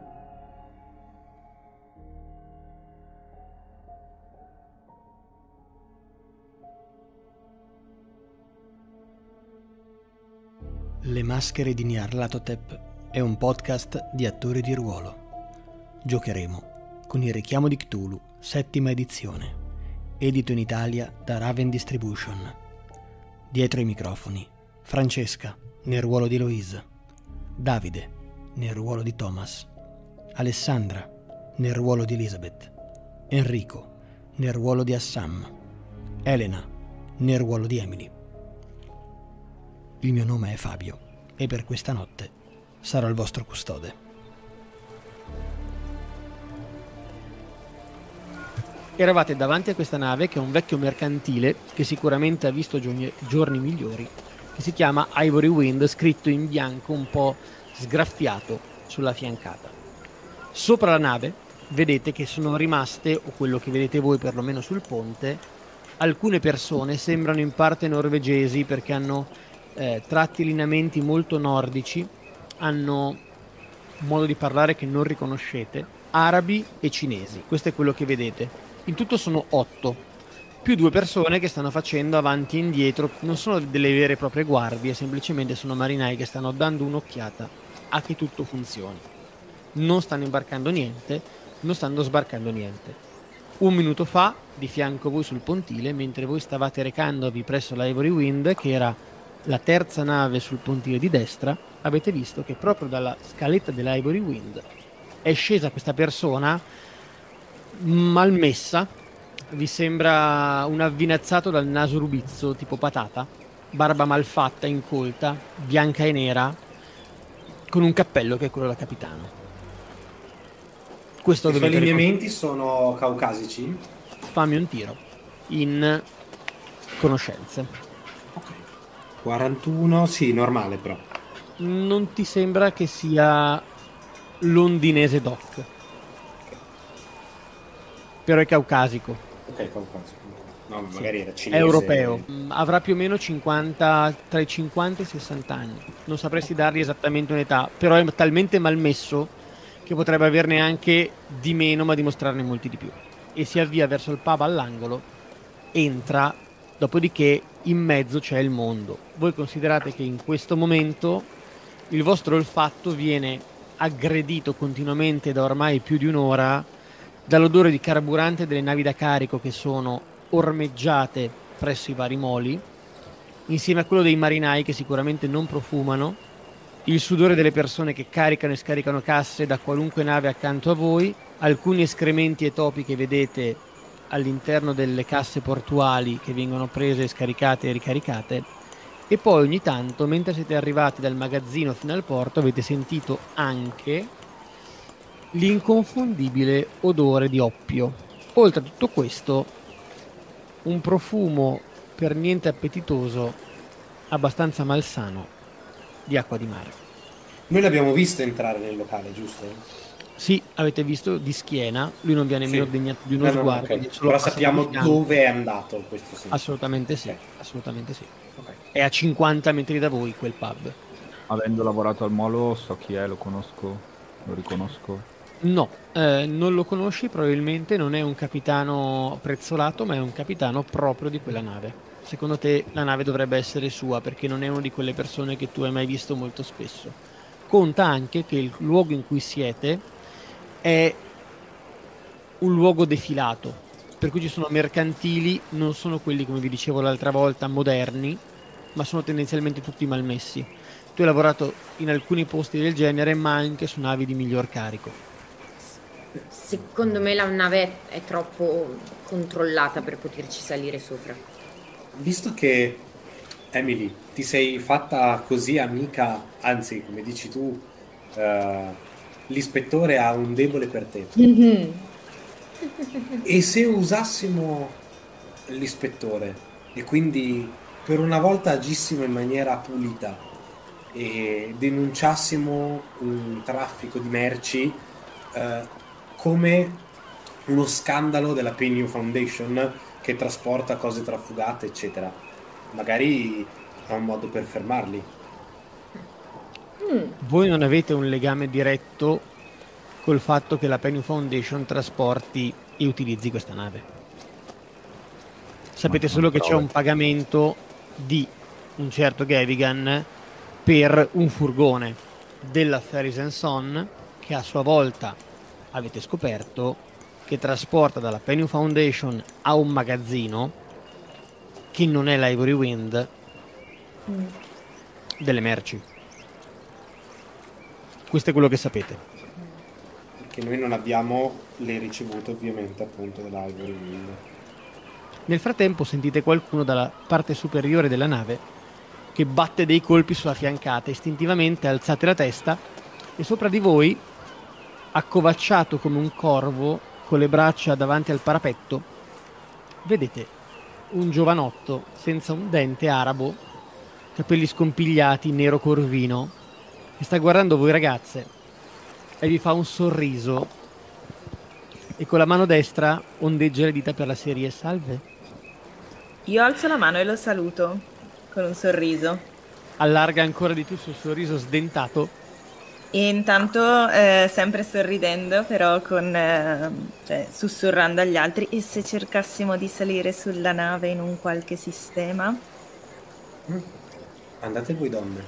Le maschere di Nyarlathotep è un podcast di attori di ruolo. Giocheremo con il Richiamo di Cthulhu, 7ª edizione, edito in Italia da Raven Distribution. Dietro i microfoni, Francesca, nel ruolo di Eloise, Davide, nel ruolo di Thomas, Alessandra, nel ruolo di Elizabeth, Enrico, nel ruolo di Assam, Elena, nel ruolo di Emily. Il mio nome è Fabio e per questa notte sarò il vostro custode. Eravate davanti a questa nave che è un vecchio mercantile che sicuramente ha visto giorni migliori, che si chiama Ivory Wind, scritto in bianco un po' sgraffiato sulla fiancata. Sopra la nave vedete che sono rimaste, o quello che vedete voi perlomeno sul ponte, alcune persone, sembrano in parte norvegesi perché hanno tratti e lineamenti molto nordici, hanno un modo di parlare che non riconoscete, arabi e cinesi. Questo è quello che vedete. In tutto sono 8, più 2 persone che stanno facendo avanti e indietro. Non sono delle vere e proprie guardie, semplicemente sono marinai che stanno dando un'occhiata a che tutto funzioni. Non stanno imbarcando niente, non stanno sbarcando niente. Un minuto fa, di fianco a voi sul pontile, mentre voi stavate recandovi presso la Ivory Wind, che era la terza nave sul pontile di destra, avete visto che proprio dalla scaletta dell'Ivory Wind è scesa questa persona malmessa. Vi sembra un avvinazzato dal naso rubizzo tipo patata, barba malfatta, incolta, bianca e nera, con un cappello che è quello da capitano. Questo I suoi lineamenti sono caucasici? Fammi un tiro in conoscenze. 41, sì, normale però. Non ti sembra che sia londinese doc, però è caucasico. Ok, caucasico. No, magari era cinese. È europeo. Avrà più o meno 50, tra i 50 e i 60 anni. Non sapresti dargli esattamente un'età, però è talmente malmesso che potrebbe averne anche di meno, ma dimostrarne molti di più. E si avvia verso il pub all'angolo, entra, dopodiché in mezzo c'è il mondo. Voi considerate che in questo momento il vostro olfatto viene aggredito continuamente da ormai più di un'ora dall'odore di carburante delle navi da carico che sono ormeggiate presso i vari moli, insieme a quello dei marinai che sicuramente non profumano, il sudore delle persone che caricano e scaricano casse da qualunque nave accanto a voi, alcuni escrementi e topi che vedete all'interno delle casse portuali che vengono prese, scaricate e ricaricate, e poi ogni tanto, mentre siete arrivati dal magazzino fino al porto, avete sentito anche l'inconfondibile odore di oppio. Oltre a tutto questo, un profumo per niente appetitoso, abbastanza malsano, di acqua di mare. Noi l'abbiamo visto entrare nel locale, giusto? Sì, avete visto di schiena, lui non vi ha nemmeno degnato di uno sguardo. Okay. Però sappiamo dove è andato in questo senso. Assolutamente sì, okay. Assolutamente sì. Okay. È a 50 metri da voi quel pub. Avendo lavorato al molo so chi è, lo conosco, lo riconosco. No, non lo conosci, probabilmente non è un capitano prezzolato, ma è un capitano proprio di quella nave. Secondo te la nave dovrebbe essere sua, perché non è una di quelle persone che tu hai mai visto molto spesso. Conta anche che il luogo in cui siete è un luogo defilato, per cui ci sono mercantili, non sono quelli, come vi dicevo l'altra volta, moderni, ma sono tendenzialmente tutti malmessi. Tu hai lavorato in alcuni posti del genere, ma anche su navi di miglior carico. Secondo me la nave è troppo controllata per poterci salire sopra. Visto che, Emily, ti sei fatta così amica, anzi, come dici tu, l'ispettore ha un debole per te. Mm-hmm. E se usassimo l'ispettore e quindi per una volta agissimo in maniera pulita e denunciassimo un traffico di merci come uno scandalo della Penny Foundation che trasporta cose trafugate, eccetera, magari ha un modo per fermarli. Voi non avete un legame diretto col fatto che la Penny Foundation trasporti e utilizzi questa nave. Sapete solo che c'è un pagamento di un certo Gavigan per un furgone della Ferries Son, che a sua volta avete scoperto che trasporta dalla Penny Foundation a un magazzino che non è l'Ivory Wind delle merci. Questo è quello che sapete. Che noi non abbiamo le ricevute ovviamente appunto dell'Ivory Wind. Nel frattempo sentite qualcuno dalla parte superiore della nave che batte dei colpi sulla fiancata. Istintivamente alzate la testa e sopra di voi, accovacciato come un corvo con le braccia davanti al parapetto, vedete un giovanotto senza un dente, arabo, capelli scompigliati, nero corvino, che sta guardando voi ragazze e vi fa un sorriso e con la mano destra ondeggia le dita per la serie salve. Io alzo la mano e lo saluto con un sorriso. Allarga ancora di più il suo sorriso sdentato. E intanto, sempre sorridendo, però cioè, sussurrando agli altri, e se cercassimo di salire sulla nave in un qualche sistema? Andate voi donne.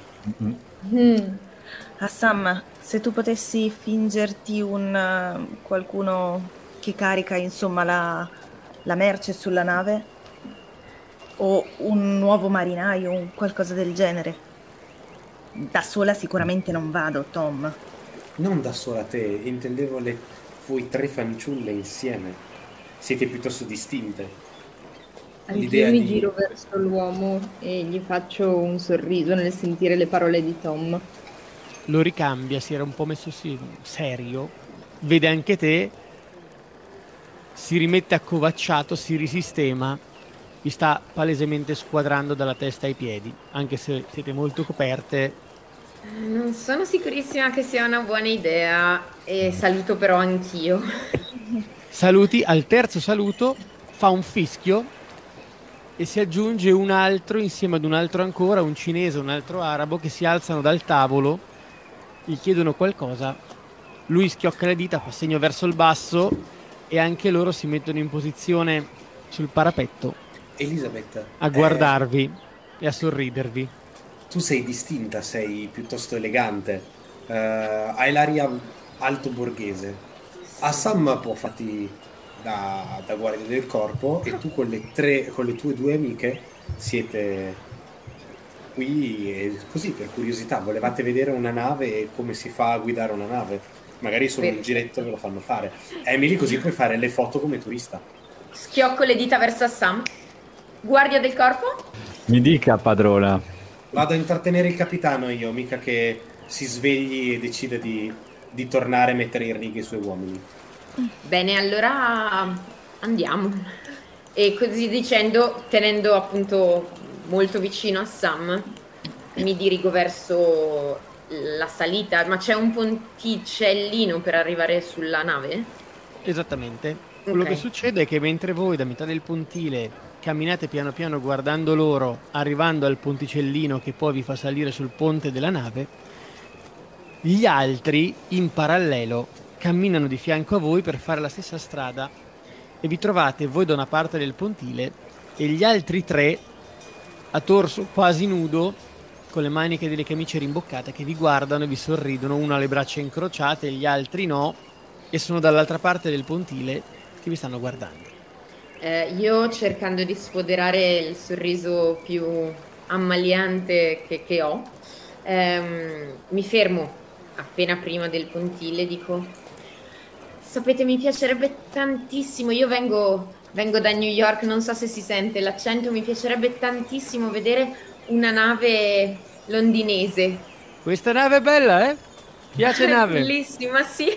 Assam, se tu potessi fingerti qualcuno che carica, insomma, la merce sulla nave, o un nuovo marinaio, o qualcosa del genere. Da sola sicuramente non vado, Tom. Non da sola te, intendevo voi tre fanciulle insieme. Siete piuttosto distinte. Anch'io mi giro verso l'uomo e gli faccio un sorriso nel sentire le parole di Tom. Lo ricambia, si era un po' messo serio, vede anche te, si rimette accovacciato, si risistema, vi sta palesemente squadrando dalla testa ai piedi, anche se siete molto coperte. Non sono sicurissima che sia una buona idea e saluto però anch'io. Saluti, al terzo saluto fa un fischio e si aggiunge un altro insieme ad un altro ancora, un cinese, un altro arabo, che si alzano dal tavolo, gli chiedono qualcosa, lui schiocca le dita, fa segno verso il basso e anche loro si mettono in posizione sul parapetto Elisabeth, a guardarvi e a sorridervi. Tu sei distinta, sei piuttosto elegante, hai l'aria alto borghese. Assam può farti da guardia del corpo e tu con le tue due amiche siete qui così per curiosità, volevate vedere una nave e come si fa a guidare una nave, magari solo un giretto ve lo fanno fare. Emily, così puoi fare le foto come turista. Schiocco le dita verso Assam. Guardia del corpo? Mi dica, padrona. Vado a intrattenere il capitano io, mica che si svegli e decide di tornare a mettere in riga i suoi uomini. Bene, allora andiamo. E così dicendo, tenendo appunto molto vicino a Sam, mi dirigo verso la salita. Ma c'è un ponticellino per arrivare sulla nave? Esattamente. Quello che succede è che mentre voi da metà del pontile camminate piano piano guardando loro, arrivando al ponticellino che poi vi fa salire sul ponte della nave, gli altri in parallelo camminano di fianco a voi per fare la stessa strada e vi trovate voi da una parte del pontile e gli altri tre a torso quasi nudo con le maniche delle camicie rimboccate che vi guardano e vi sorridono, uno ha le braccia incrociate, gli altri no, e sono dall'altra parte del pontile che vi stanno guardando. Io, cercando di sfoderare il sorriso più ammaliante che ho, mi fermo appena prima del pontile, dico: sapete, mi piacerebbe tantissimo, io vengo da New York, non so se si sente l'accento, mi piacerebbe tantissimo vedere una nave londinese. Questa nave è bella, eh? Piace nave? Bellissima, sì.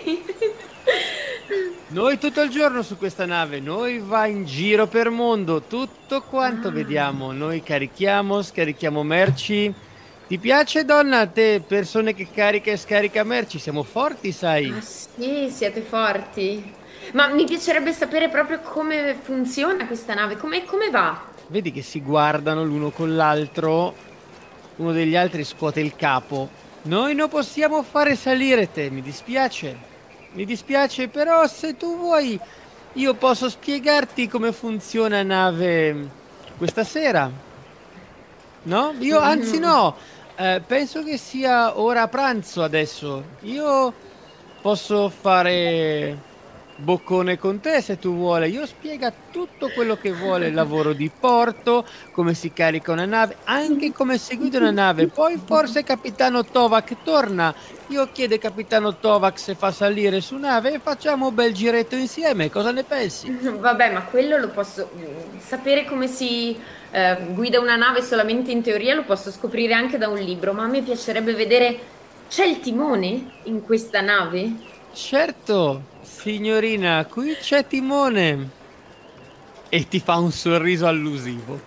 Noi tutto il giorno su questa nave, noi va in giro per mondo, tutto quanto vediamo, noi carichiamo, scarichiamo merci. Ti piace, donna, a te, persone che carica e scarica merci? Siamo forti, sai? Ah, sì, siete forti. Ma mi piacerebbe sapere proprio come funziona questa nave, come va? Vedi che si guardano l'uno con l'altro, uno degli altri scuote il capo. Noi non possiamo fare salire te, mi dispiace. mi dispiace, però se tu vuoi io posso spiegarti come funziona nave questa sera. No? Io, anzi no, penso che sia ora pranzo adesso. Io posso fare boccone con te se tu vuoi. Io spiega tutto quello che vuole, il lavoro di porto, come si carica una nave, anche come si guida una nave. Poi forse Capitano Tovak torna. Io chiedo al Capitano Tovak se fa salire su nave e facciamo un bel giretto insieme. Cosa ne pensi? Vabbè, ma quello lo posso sapere come si guida una nave solamente in teoria, lo posso scoprire anche da un libro, ma a me piacerebbe vedere, c'è il timone in questa nave? Certo, signorina, qui c'è timone. E ti fa un sorriso allusivo.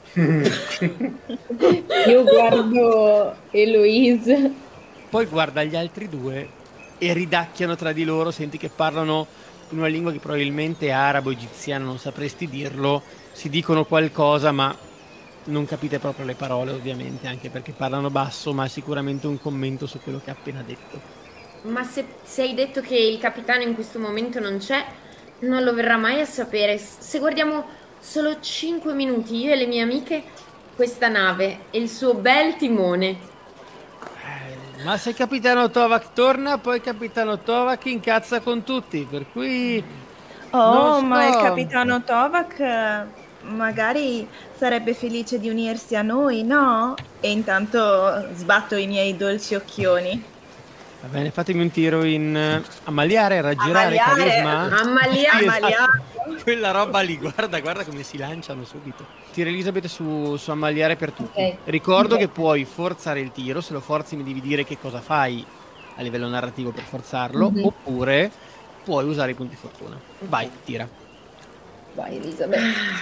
Io guardo Eloise. Poi guarda gli altri due e ridacchiano tra di loro, senti che parlano in una lingua che probabilmente è arabo, egiziano, non sapresti dirlo, si dicono qualcosa ma non capite proprio le parole ovviamente, anche perché parlano basso, ma sicuramente un commento su quello che ha appena detto. Ma se hai detto che il capitano in questo momento non c'è, non lo verrà mai a sapere. Se guardiamo solo 5 minuti, io e le mie amiche, questa nave e il suo bel timone. Ma se Capitano Tovak torna, poi Capitano Tovak incazza con tutti, per cui... Oh, non ma il so. capitano Tovak magari sarebbe felice di unirsi a noi, no? E intanto sbatto i miei dolci occhioni. Va bene, fatemi un tiro in ammaliare, raggirare, Ammaliare. carisma. Ammaliare. Sì, esatto. Ammaliare. Quella roba lì, guarda come si lanciano subito. Tira Elisabeth su ammaliare per tutti. Ok. Ricordo Ok. che puoi forzare il tiro, se lo forzi mi devi dire che cosa fai a livello narrativo per forzarlo, Mhm. oppure puoi usare i punti fortuna. Vai, tira. Vai, Elisabeth.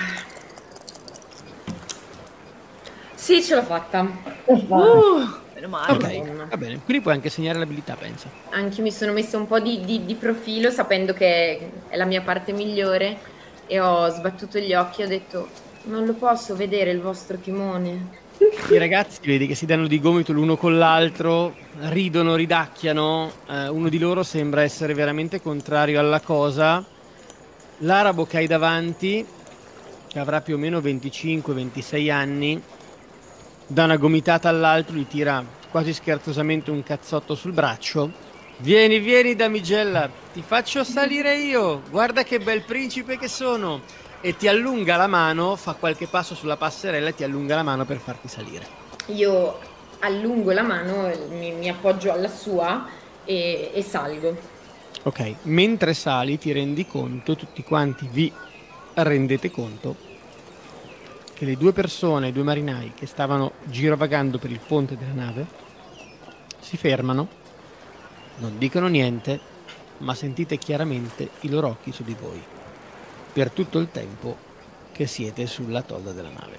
Sì, ce l'ho fatta. Meno male. Ok, Madonna. va bene. Quindi puoi anche segnare l'abilità, pensa. Anche mi sono messa un po' di profilo, sapendo che è la mia parte migliore, e ho sbattuto gli occhi e ho detto: non lo posso vedere il vostro timone. I ragazzi vedi che si danno di gomito l'uno con l'altro, ridono, ridacchiano, uno di loro sembra essere veramente contrario alla cosa. L'arabo che hai davanti, che avrà più o meno 25-26 anni, dà una gomitata all'altro, gli tira quasi scherzosamente un cazzotto sul braccio. Vieni damigella, ti faccio salire io, guarda che bel principe che sono. E ti allunga la mano, fa qualche passo sulla passerella e ti allunga la mano per farti salire. Io allungo la mano, mi appoggio alla sua e salgo. Ok, mentre sali ti rendi conto, tutti quanti vi rendete conto che le due persone, i due marinai che stavano girovagando per il ponte della nave si fermano, non dicono niente, ma sentite chiaramente i loro occhi su di voi per tutto il tempo che siete sulla tolda della nave.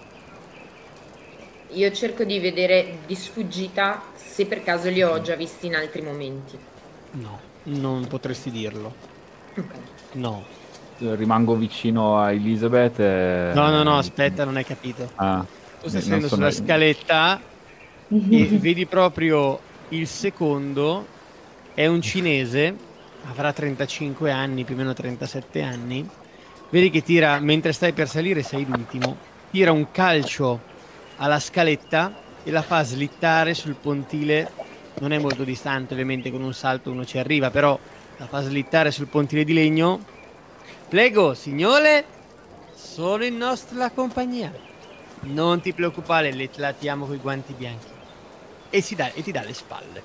Io cerco di vedere di sfuggita se per caso li ho già visti in altri momenti. No, non potresti dirlo. Ok. No. Rimango vicino a Elisabeth e... No, aspetta, non hai capito. Ah, Tu stai non salendo sono- sulla scaletta e vedi proprio il secondo, è un cinese, avrà 35 anni, più o meno 37 anni, vedi che tira, mentre stai per salire sei l'ultimo, tira un calcio alla scaletta e la fa slittare sul pontile, non è molto distante ovviamente, con un salto uno ci arriva, però la fa slittare sul pontile di legno. Prego, signore, sono in nostra compagnia. Non ti preoccupare, le trattiamo coi guanti bianchi. E ti dà le spalle.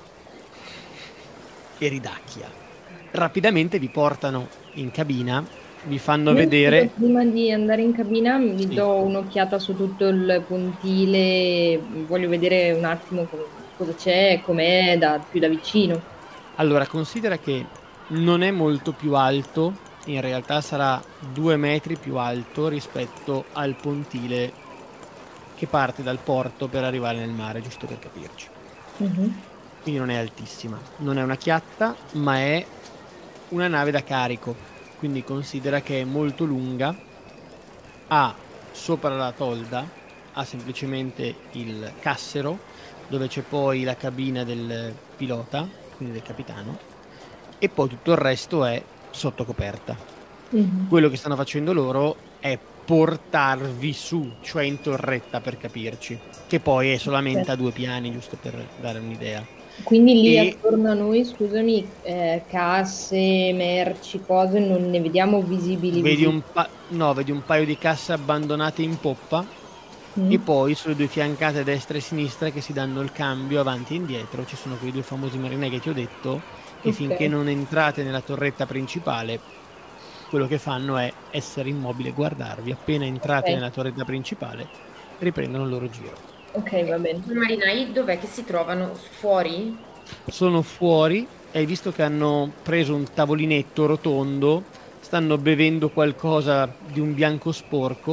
E ridacchia. Rapidamente vi portano in cabina, vi fanno vedere... Prima di andare in cabina mi Sì. do un'occhiata su tutto il pontile, voglio vedere un attimo cosa c'è, com'è più da vicino. Allora, considera che non è molto più alto, in realtà sarà 2 metri più alto rispetto al pontile che parte dal porto per arrivare nel mare, giusto per capirci. Quindi non è altissima, non è una chiatta, ma è una nave da carico, quindi considera che è molto lunga, ha sopra la tolda, ha semplicemente il cassero, dove c'è poi la cabina del pilota, quindi del capitano, e poi tutto il resto è sotto coperta. Mhm. Quello che stanno facendo loro è portarvi su, cioè in torretta per capirci, che poi è solamente a 2 piani, giusto per dare un'idea. Quindi lì E attorno a noi, scusami, casse, merci, cose, non ne vediamo visibili. vedi vedi un paio di casse abbandonate in poppa Mm. e poi sulle 2 fiancate destra e sinistra che si danno il cambio avanti e indietro ci sono quei 2 famosi marinai che ti ho detto che Ok. finché non entrate nella torretta principale quello che fanno è essere immobili e guardarvi. Appena entrate Ok. nella torretta principale riprendono il loro giro. Ok, va bene. I marinai dov'è che si trovano? Fuori? Sono fuori e hai visto che hanno preso un tavolinetto rotondo, stanno bevendo qualcosa di un bianco sporco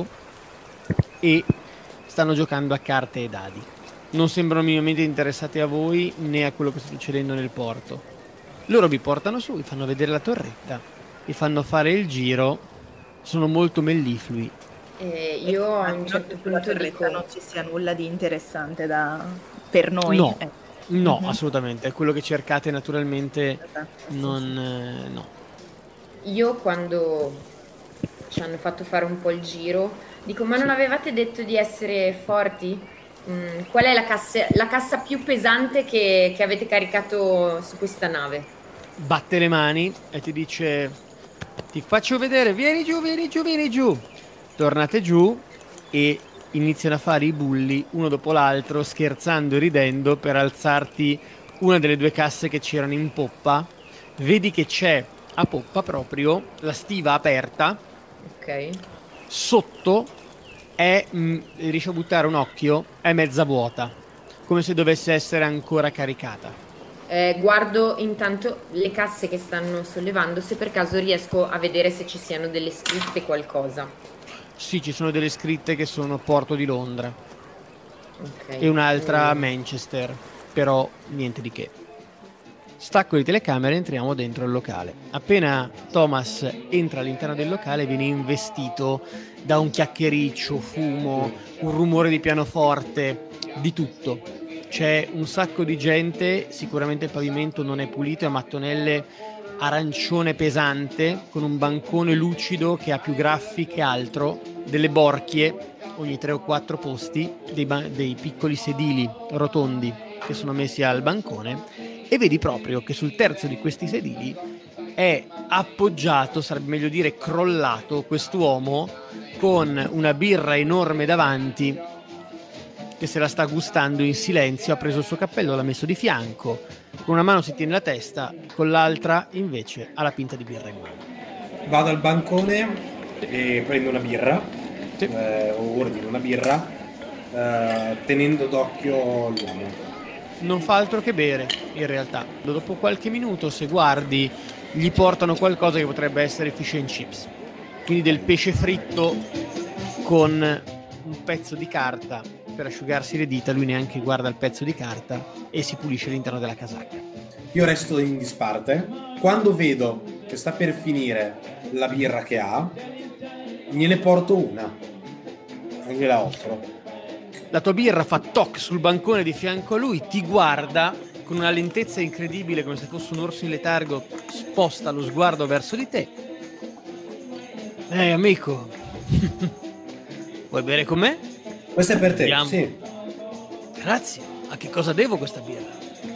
e stanno giocando a carte e dadi. Non sembrano minimamente interessati a voi né a quello che sta succedendo nel porto. Loro vi portano su, vi fanno vedere la torretta, vi fanno fare il giro, sono molto melliflui. Io a un Immagino certo che sulla punto torretta dico... non ci sia nulla di interessante per noi. No. No, Mhm. assolutamente, è quello che cercate naturalmente, Esatto, sì, non... no. Io quando ci hanno fatto fare un po' il giro, dico, ma non avevate detto di essere forti? Qual è la cassa più pesante che avete caricato su questa nave? Batte le mani e ti dice: ti faccio vedere, vieni giù, vieni giù, vieni giù. Tornate giù e iniziano a fare i bulli uno dopo l'altro, scherzando e ridendo per alzarti una delle 2 casse che c'erano in poppa. Vedi che c'è a poppa proprio la stiva aperta, Ok. sotto è, riesci a buttare un occhio, è mezza vuota, come se dovesse essere ancora caricata. Guardo intanto le casse che stanno sollevando, se per caso riesco a vedere se ci siano delle scritte qualcosa. Sì, ci sono delle scritte che sono Porto di Londra Ok. e un'altra Manchester, però niente di che. Stacco le telecamere e entriamo dentro il locale. Appena Thomas entra all'interno del locale viene investito da un chiacchiericcio, fumo, un rumore di pianoforte, di tutto. C'è un sacco di gente, sicuramente il pavimento non è pulito, è a mattonelle arancione pesante, con un bancone lucido che ha più graffi che altro, delle borchie ogni 3 o 4 posti, dei piccoli sedili rotondi che sono messi al bancone, e vedi proprio che sul terzo di questi sedili è appoggiato, sarebbe meglio dire crollato, quest'uomo con una birra enorme davanti che se la sta gustando in silenzio, ha preso il suo cappello, l'ha messo di fianco, con una mano si tiene la testa, con l'altra invece ha la pinta di birra in mano. Vado al bancone e prendo una birra, Sì. o ordino una birra, tenendo d'occhio l'uomo. Non fa altro che bere, in realtà. Dopo qualche minuto, se guardi, gli portano qualcosa che potrebbe essere fish and chips. Quindi del pesce fritto con un pezzo di carta per asciugarsi le dita. Lui neanche guarda il pezzo di carta e si pulisce all'interno della casacca. Io resto in disparte. Quando vedo che sta per finire la birra che ha, gliene porto una e gliela offro. La tua birra fa toc sul bancone di fianco a lui, ti guarda con una lentezza incredibile, come se fosse un orso in letargo, sposta lo sguardo verso di te. Amico, vuoi bere con me? Questa è per te, Andiamo. sì. Grazie. A che cosa devo questa birra?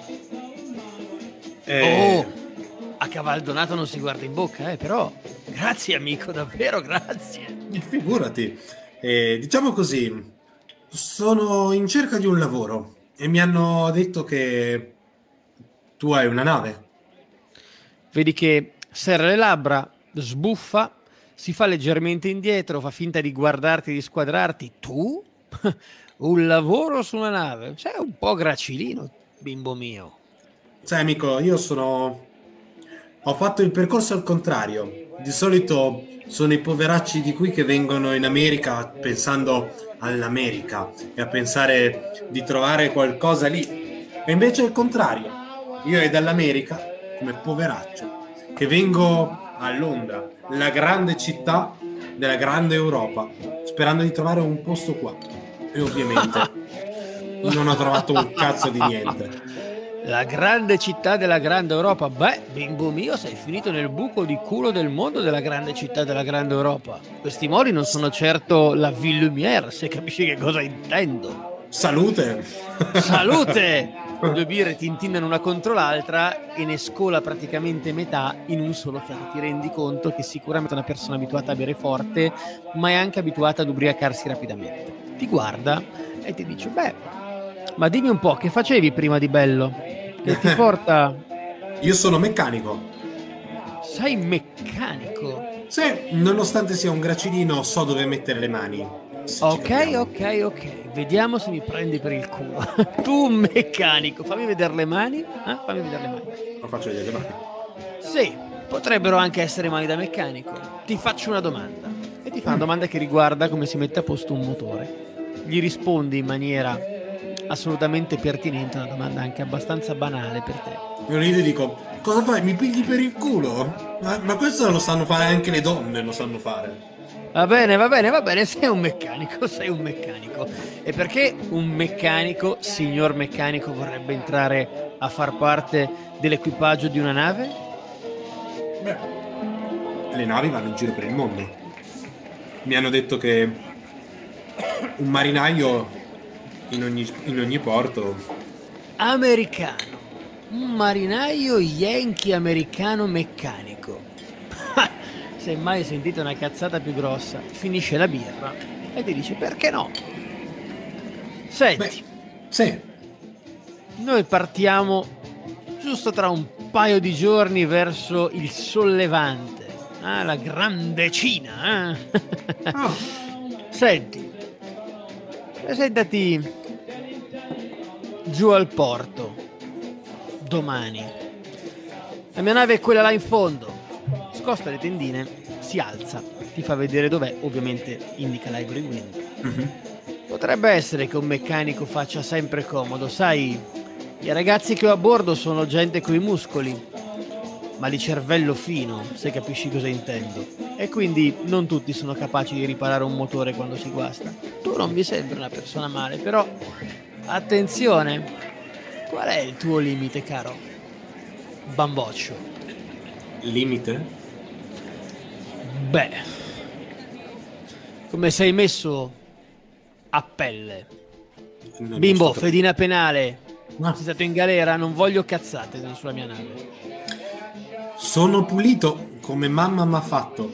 Eh, A cavaldonato non si guarda in bocca, però. Grazie, amico, davvero grazie. Figurati. Diciamo così, sono in cerca di un lavoro e mi hanno detto che tu hai una nave. Vedi che serra le labbra, sbuffa, si fa leggermente indietro, fa finta di guardarti, di squadrarti. Tu? Un lavoro su una nave? Sei un po' gracilino, bimbo mio. Sai, amico, ho fatto il percorso al contrario. Di solito sono i poveracci di qui che vengono in America pensando all'America e a pensare di trovare qualcosa lì. E invece è il contrario. Io è dall'America, come poveraccio, che vengo a Londra, la grande città della grande Europa, sperando di trovare un posto qua. E ovviamente non ho trovato un cazzo di niente. La grande città della grande Europa. Beh, bimbo mio, sei finito nel buco di culo del mondo della grande città della grande Europa. Questi moli non sono certo la Ville Lumière, se capisci che cosa intendo. Salute! Salute! Due birre tintinnano una contro l'altra e ne scola praticamente metà in un solo fiato. Ti rendi conto che sicuramente è una persona abituata a bere forte, ma è anche abituata ad ubriacarsi rapidamente. Ti guarda e ti dice: beh, ma dimmi un po', che facevi prima di bello? Che ti porta... Io sono meccanico. Sei meccanico? Sì, nonostante sia un gracidino, so dove mettere le mani. Ok. Vediamo se mi prendi per il culo. Tu meccanico, fammi vedere le mani. Fammi vedere le mani. Lo faccio vedere le mani. Sì, potrebbero anche essere mani da meccanico. Ti faccio una domanda. E ti fa una domanda che riguarda come si mette a posto un motore. Gli rispondi in maniera assolutamente pertinente, una domanda anche abbastanza banale per te. Io gli dico: cosa fai? Mi pigli per il culo? Ma questo lo sanno fare anche le donne, lo sanno fare. Va bene, sei un meccanico. E perché un meccanico, signor meccanico, vorrebbe entrare a far parte dell'equipaggio di una nave? Beh, le navi vanno in giro per il mondo. Mi hanno detto che un marinaio in ogni porto. Americano. Un marinaio yankee americano meccanico. Se mai sentite una cazzata più grossa, finisce la birra e ti dice: perché no? Senti. Beh, sì. Noi partiamo giusto tra un paio di giorni verso il Sollevante, la grande Cina. Oh. Senti, presentati giù al porto domani. La mia nave è quella là in fondo. Scosta le tendine, si alza, ti fa vedere dov'è, ovviamente indica l'Ivory Wind. Mm-hmm. Potrebbe essere che un meccanico faccia sempre comodo, sai, i ragazzi che ho a bordo sono gente coi muscoli, ma di cervello fino, se capisci cosa intendo. E quindi non tutti sono capaci di riparare un motore quando si guasta. Tu non mi sembri una persona male, però attenzione, qual è il tuo limite, caro bamboccio? Limite? Beh, come sei messo a pelle? Non Bimbo, sto fedina penale. No. Sei stato in galera, non voglio cazzate sulla mia nave. Sono pulito come mamma m'ha fatto.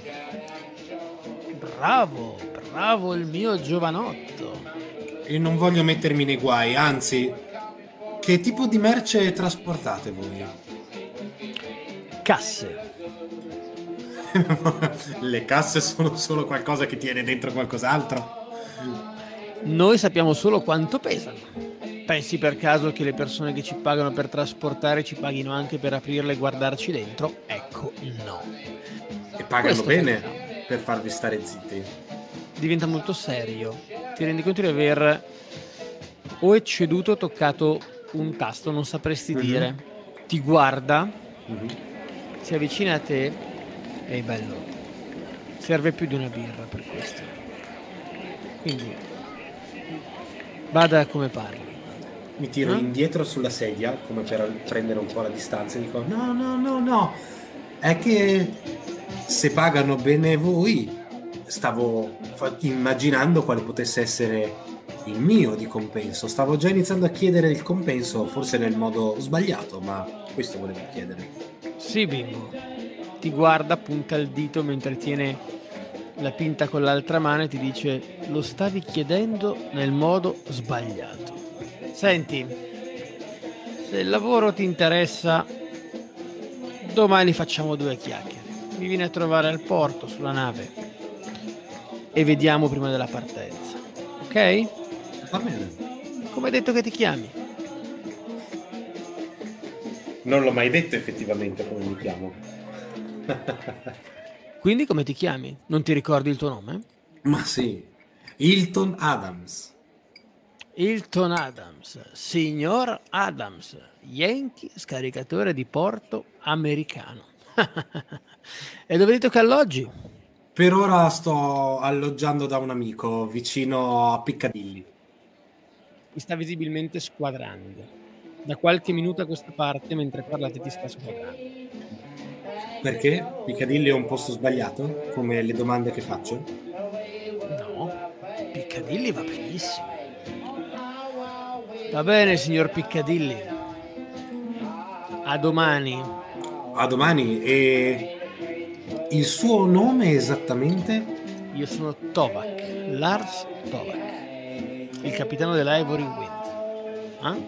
Bravo il mio giovanotto. E non voglio mettermi nei guai, anzi, che tipo di merce trasportate voi? Casse. Le casse sono solo qualcosa che tiene dentro qualcos'altro. Noi sappiamo solo quanto pesano. Pensi per caso che le persone che ci pagano per trasportare ci paghino anche per aprirle e guardarci dentro? Ecco, no. E pagano Questo bene è per farvi stare zitti. Diventa molto serio. Ti rendi conto di aver o ecceduto o toccato un tasto, non sapresti dire. Ti guarda, si avvicina a te. Ehi bello, serve più di una birra per questo. Quindi bada come parli. Mi tiro indietro sulla sedia come per prendere un po' la distanza e dico: no, è che se pagano bene voi, stavo immaginando quale potesse essere il mio di compenso. Stavo già iniziando a chiedere il compenso, forse nel modo sbagliato, ma questo volevo chiedere. Sì, bimbo. Ti guarda, punta il dito mentre tiene la pinta con l'altra mano e ti dice: lo stavi chiedendo nel modo sbagliato. Senti, se il lavoro ti interessa, domani facciamo 2 chiacchiere. Mi vieni a trovare al porto sulla nave e vediamo prima della partenza, ok? Va bene. Come hai detto che ti chiami? Non l'ho mai detto effettivamente come mi chiamo. Quindi come ti chiami? Non ti ricordi il tuo nome? Ma sì, Hilton Adams. Hilton Adams, signor Adams, Yankee, scaricatore di porto americano. E dove dite che alloggi? Per ora sto alloggiando da un amico vicino a Piccadilly. Mi sta visibilmente squadrando. da qualche minuto a questa parte, mentre parlate, ti sta squadrando. Perché? Piccadilly è un posto sbagliato? Come le domande che faccio? No, Piccadilly va benissimo. Va bene, signor Piccadilly. A domani. A domani. E il suo nome esattamente? Io sono Tovak, Lars Tovak, il capitano dell'Ivory Wind.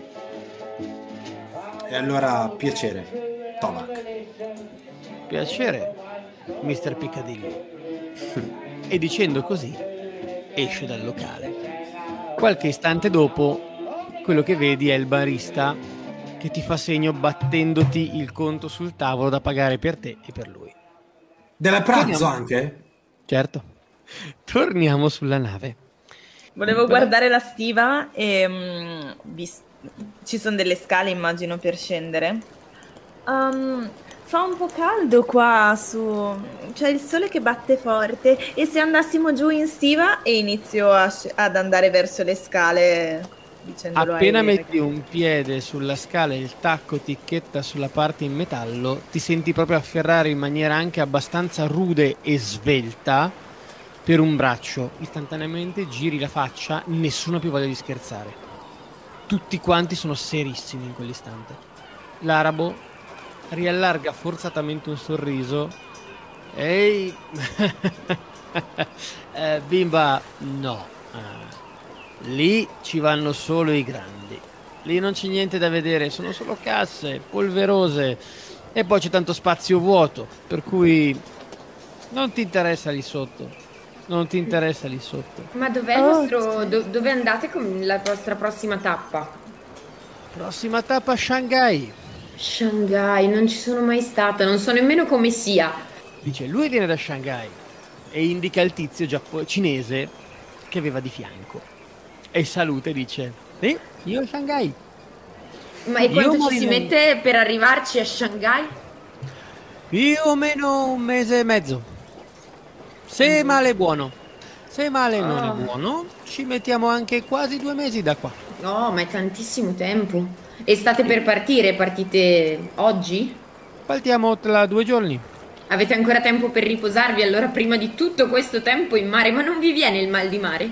E allora, piacere, Tovak. Piacere, Mr. Piccadilly. E dicendo così, esce dal locale. Qualche istante dopo, quello che vedi è il barista che ti fa segno battendoti il conto sul tavolo da pagare per te e per lui. Della pranzo Torniamo. anche? Certo. Torniamo sulla nave. Volevo guardare la stiva e ci sono delle scale, immagino, per scendere. Fa un po' caldo qua su, c'è il sole che batte forte, e se andassimo giù in stiva, e inizio ad andare verso le scale dicendolo Appena ai metti un piede sulla scala e il tacco ticchetta sulla parte in metallo, ti senti proprio afferrare in maniera anche abbastanza rude e svelta per un braccio. Istantaneamente giri la faccia, nessuno ha più voglia di scherzare. Tutti quanti sono serissimi in quell'istante. L'arabo riallarga forzatamente un sorriso. Ehi, bimba, no. Lì ci vanno solo i grandi. Lì non c'è niente da vedere, sono solo casse polverose e poi c'è tanto spazio vuoto, per cui non ti interessa lì sotto. Non ti interessa lì sotto. Ma dov'è il vostro... dove andate con la vostra prossima tappa? Prossima tappa Shanghai. Shanghai, non ci sono mai stata, non so nemmeno come sia. Dice, lui viene da Shanghai e indica il tizio cinese che aveva di fianco. E saluta e dice, io a Shanghai. Ma e quanto ci si mette per arrivarci a Shanghai? Più o meno un mese e mezzo. Se male è buono. Se male non è buono, ci mettiamo anche quasi 2 mesi da qua. No, ma è tantissimo tempo. E state per partire? Partite oggi? Partiamo tra 2 giorni. Avete ancora tempo per riposarvi allora prima di tutto questo tempo in mare? Ma non vi viene il mal di mare?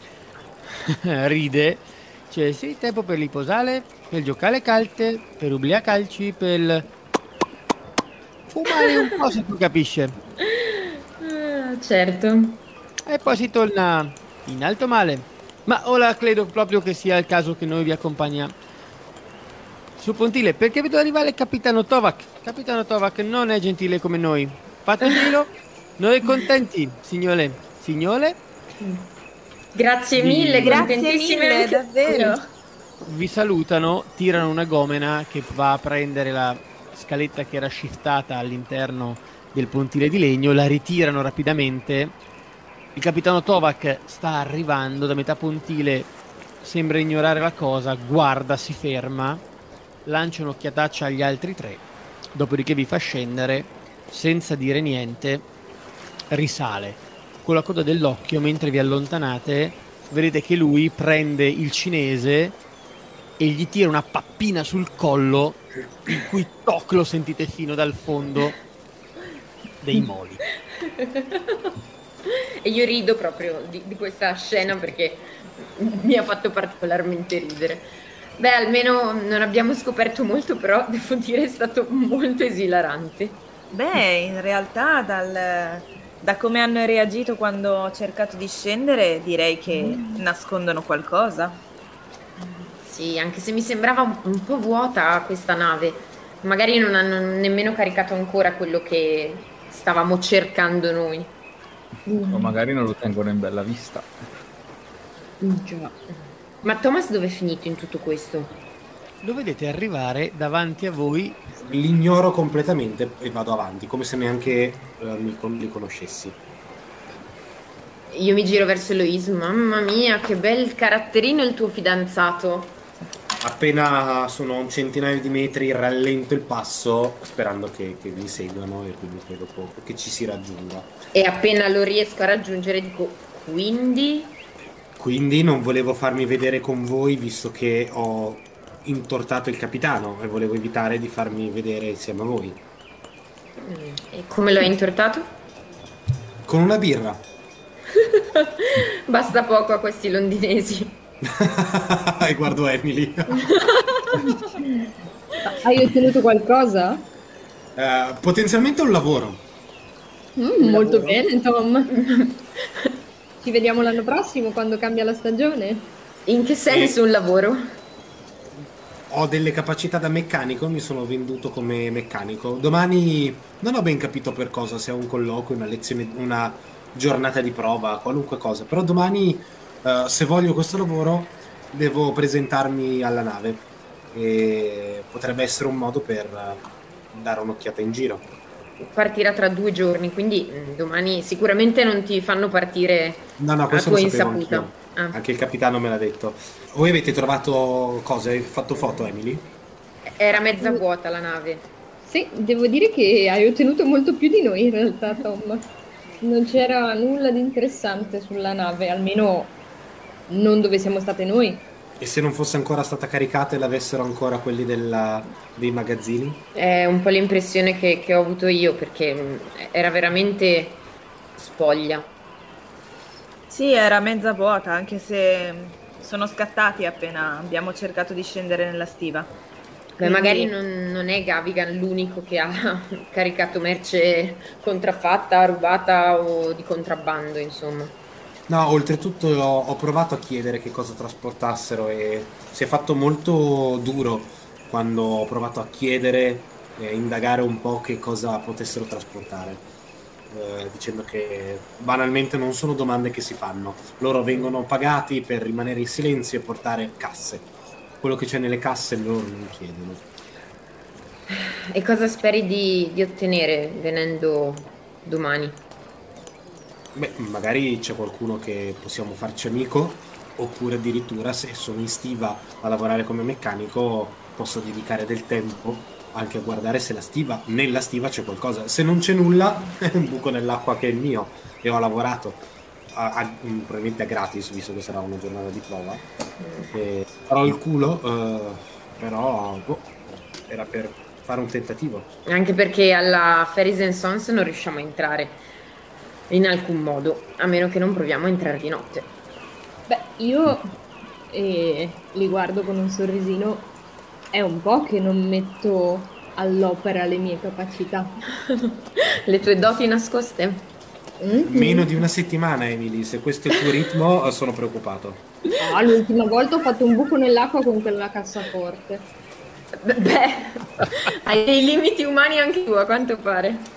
Ride. Cioè, sì, tempo per riposare, per giocare a carte, per ubriacarci, per fumare un po', se tu capisce. Certo. E poi si torna in alto mare. Ma ora credo proprio che sia il caso che noi vi accompagniamo sul pontile, perché vedo arrivare il capitano Tovak. Capitano Tovak non è gentile come noi. Fate un giro. Noi contenti, signore. Signore? Grazie mille, Grazie davvero. Vi salutano, tirano una gomena che va a prendere la scaletta che era shiftata all'interno del pontile di legno, la ritirano rapidamente. Il capitano Tovak sta arrivando da metà pontile, sembra ignorare la cosa, guarda, si ferma, lancia un'occhiataccia agli altri 3, dopodiché vi fa scendere senza dire niente, risale. Con la coda dell'occhio, mentre vi allontanate, vedete che lui prende il cinese e gli tira una pappina sul collo, il cui toc lo sentite fino dal fondo dei moli. E io rido proprio di questa scena perché mi ha fatto particolarmente ridere. Beh, almeno non abbiamo scoperto molto, però devo dire è stato molto esilarante. Beh, in realtà da come hanno reagito quando ho cercato di scendere, direi che nascondono qualcosa. Sì, anche se mi sembrava un po' vuota questa nave. Magari non hanno nemmeno caricato ancora quello che stavamo cercando noi. O magari non lo tengono in bella vista. Già. Ma Thomas dove è finito in tutto questo? Lo vedete arrivare davanti a voi. L'ignoro completamente e vado avanti, come se neanche li conoscessi. Io mi giro verso Eloise. Mamma mia, che bel caratterino il tuo fidanzato. Appena sono a un centinaio di metri rallento il passo sperando che mi seguano e quindi poi dopo che ci si raggiunga. E appena lo riesco a raggiungere dico, quindi non volevo farmi vedere con voi visto che ho intortato il capitano e volevo evitare di farmi vedere insieme a voi. E come lo hai intortato? Con una birra. Basta poco a questi londinesi. E guardo Emily. Hai ottenuto qualcosa? Potenzialmente un lavoro. Molto bene, Tom. Ci vediamo l'anno prossimo quando cambia la stagione. In che senso un lavoro? Ho delle capacità da meccanico, mi sono venduto come meccanico. Domani non ho ben capito per cosa, se è un colloquio, una lezione, una giornata di prova, qualunque cosa. Però domani, se voglio questo lavoro, devo presentarmi alla nave. E potrebbe essere un modo per dare un'occhiata in giro. Partirà tra 2 giorni, quindi domani sicuramente non ti fanno partire No, a questo tua lo sapevo insaputa. anch'io. Anche il capitano me l'ha detto. Voi avete trovato cose? Hai fatto foto, Emily? Era mezza vuota la nave. Sì, devo dire che hai ottenuto molto più di noi in realtà, Tom. Non c'era nulla di interessante sulla nave, almeno non dove siamo state noi. E se non fosse ancora stata caricata e l'avessero ancora quelli dei magazzini? È un po' l'impressione che ho avuto io, perché era veramente spoglia. Sì, era mezza vuota, anche se sono scattati appena abbiamo cercato di scendere nella stiva. Beh, magari non è Gavigan l'unico che ha caricato merce contraffatta, rubata o di contrabbando, insomma. No, oltretutto ho provato a chiedere che cosa trasportassero e si è fatto molto duro quando ho provato a chiedere e indagare un po' che cosa potessero trasportare, dicendo che banalmente non sono domande che si fanno. Loro vengono pagati per rimanere in silenzio e portare casse. Quello che c'è nelle casse loro non chiedono. E cosa speri di ottenere venendo domani? Beh, magari c'è qualcuno che possiamo farci amico, oppure addirittura se sono in stiva a lavorare come meccanico posso dedicare del tempo anche a guardare se nella stiva c'è qualcosa. Se non c'è nulla è un buco nell'acqua che è il mio e ho lavorato probabilmente a gratis, visto che sarà una giornata di prova. Farò il culo, però era per fare un tentativo. Anche perché alla Ferries & Sons non riusciamo a entrare in alcun modo, a meno che non proviamo a entrare di notte. Beh, io li guardo con un sorrisino. È un po' che non metto all'opera le mie capacità. Le tue doti nascoste? Meno di una settimana, Emily, se questo è il tuo ritmo sono preoccupato. Ah, l'ultima volta ho fatto un buco nell'acqua con quella cassaforte. Beh, hai dei limiti umani anche tu, a quanto pare.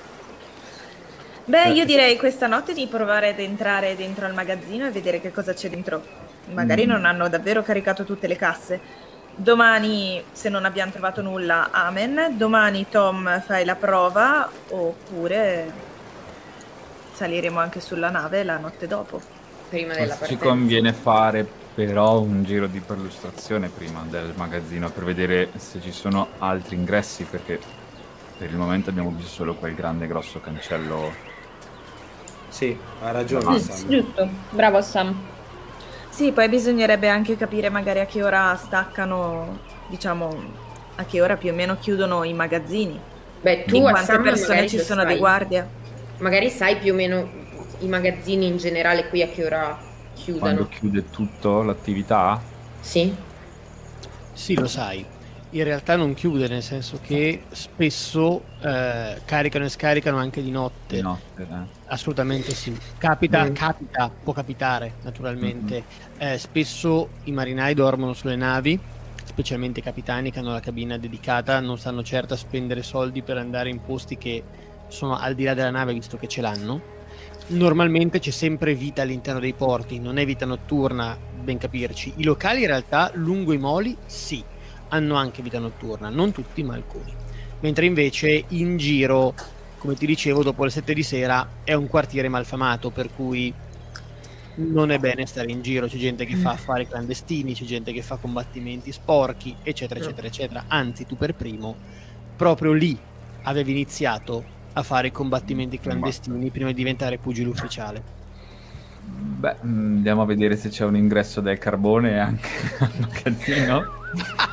Beh, io direi questa notte di provare ad entrare dentro al magazzino e vedere che cosa c'è dentro. Magari non hanno davvero caricato tutte le casse. Domani, se non abbiamo trovato nulla, amen. Domani, Tom, fai la prova, oppure saliremo anche sulla nave la notte dopo. Prima della Ci partenza. conviene fare però un giro di perlustrazione prima del magazzino per vedere se ci sono altri ingressi, perché per il momento abbiamo visto solo quel grande grosso cancello. Sì, ha ragione. Sam. Giusto, bravo Sam. Sì, poi bisognerebbe anche capire magari a che ora staccano, diciamo, a che ora più o meno chiudono i magazzini. Beh, tu Di a quante Sam persone magari ci lo sono sai. di guardia. Magari sai più o meno i magazzini in generale qui a che ora chiudono. Quando chiude tutto l'attività? Sì? Sì, lo sai. In realtà non chiude, nel senso che spesso caricano e scaricano anche di notte. Di notte, Assolutamente sì. Capita, può capitare naturalmente. Spesso i marinai dormono sulle navi, specialmente i capitani che hanno la cabina dedicata, non stanno certo a spendere soldi per andare in posti che sono al di là della nave, visto che ce l'hanno. Normalmente c'è sempre vita all'interno dei porti, non è vita notturna, ben capirci. I locali in realtà lungo i moli sì, hanno anche vita notturna, non tutti ma alcuni. Mentre invece in giro, come ti dicevo, dopo le 7 di sera è un quartiere malfamato, per cui non è bene stare in giro. C'è gente che fa affari clandestini, c'è gente che fa combattimenti sporchi, eccetera eccetera eccetera. Anzi, tu per primo proprio lì avevi iniziato a fare i combattimenti clandestini prima di diventare pugile ufficiale. Beh, andiamo a vedere se c'è un ingresso del carbone anche al magazzino.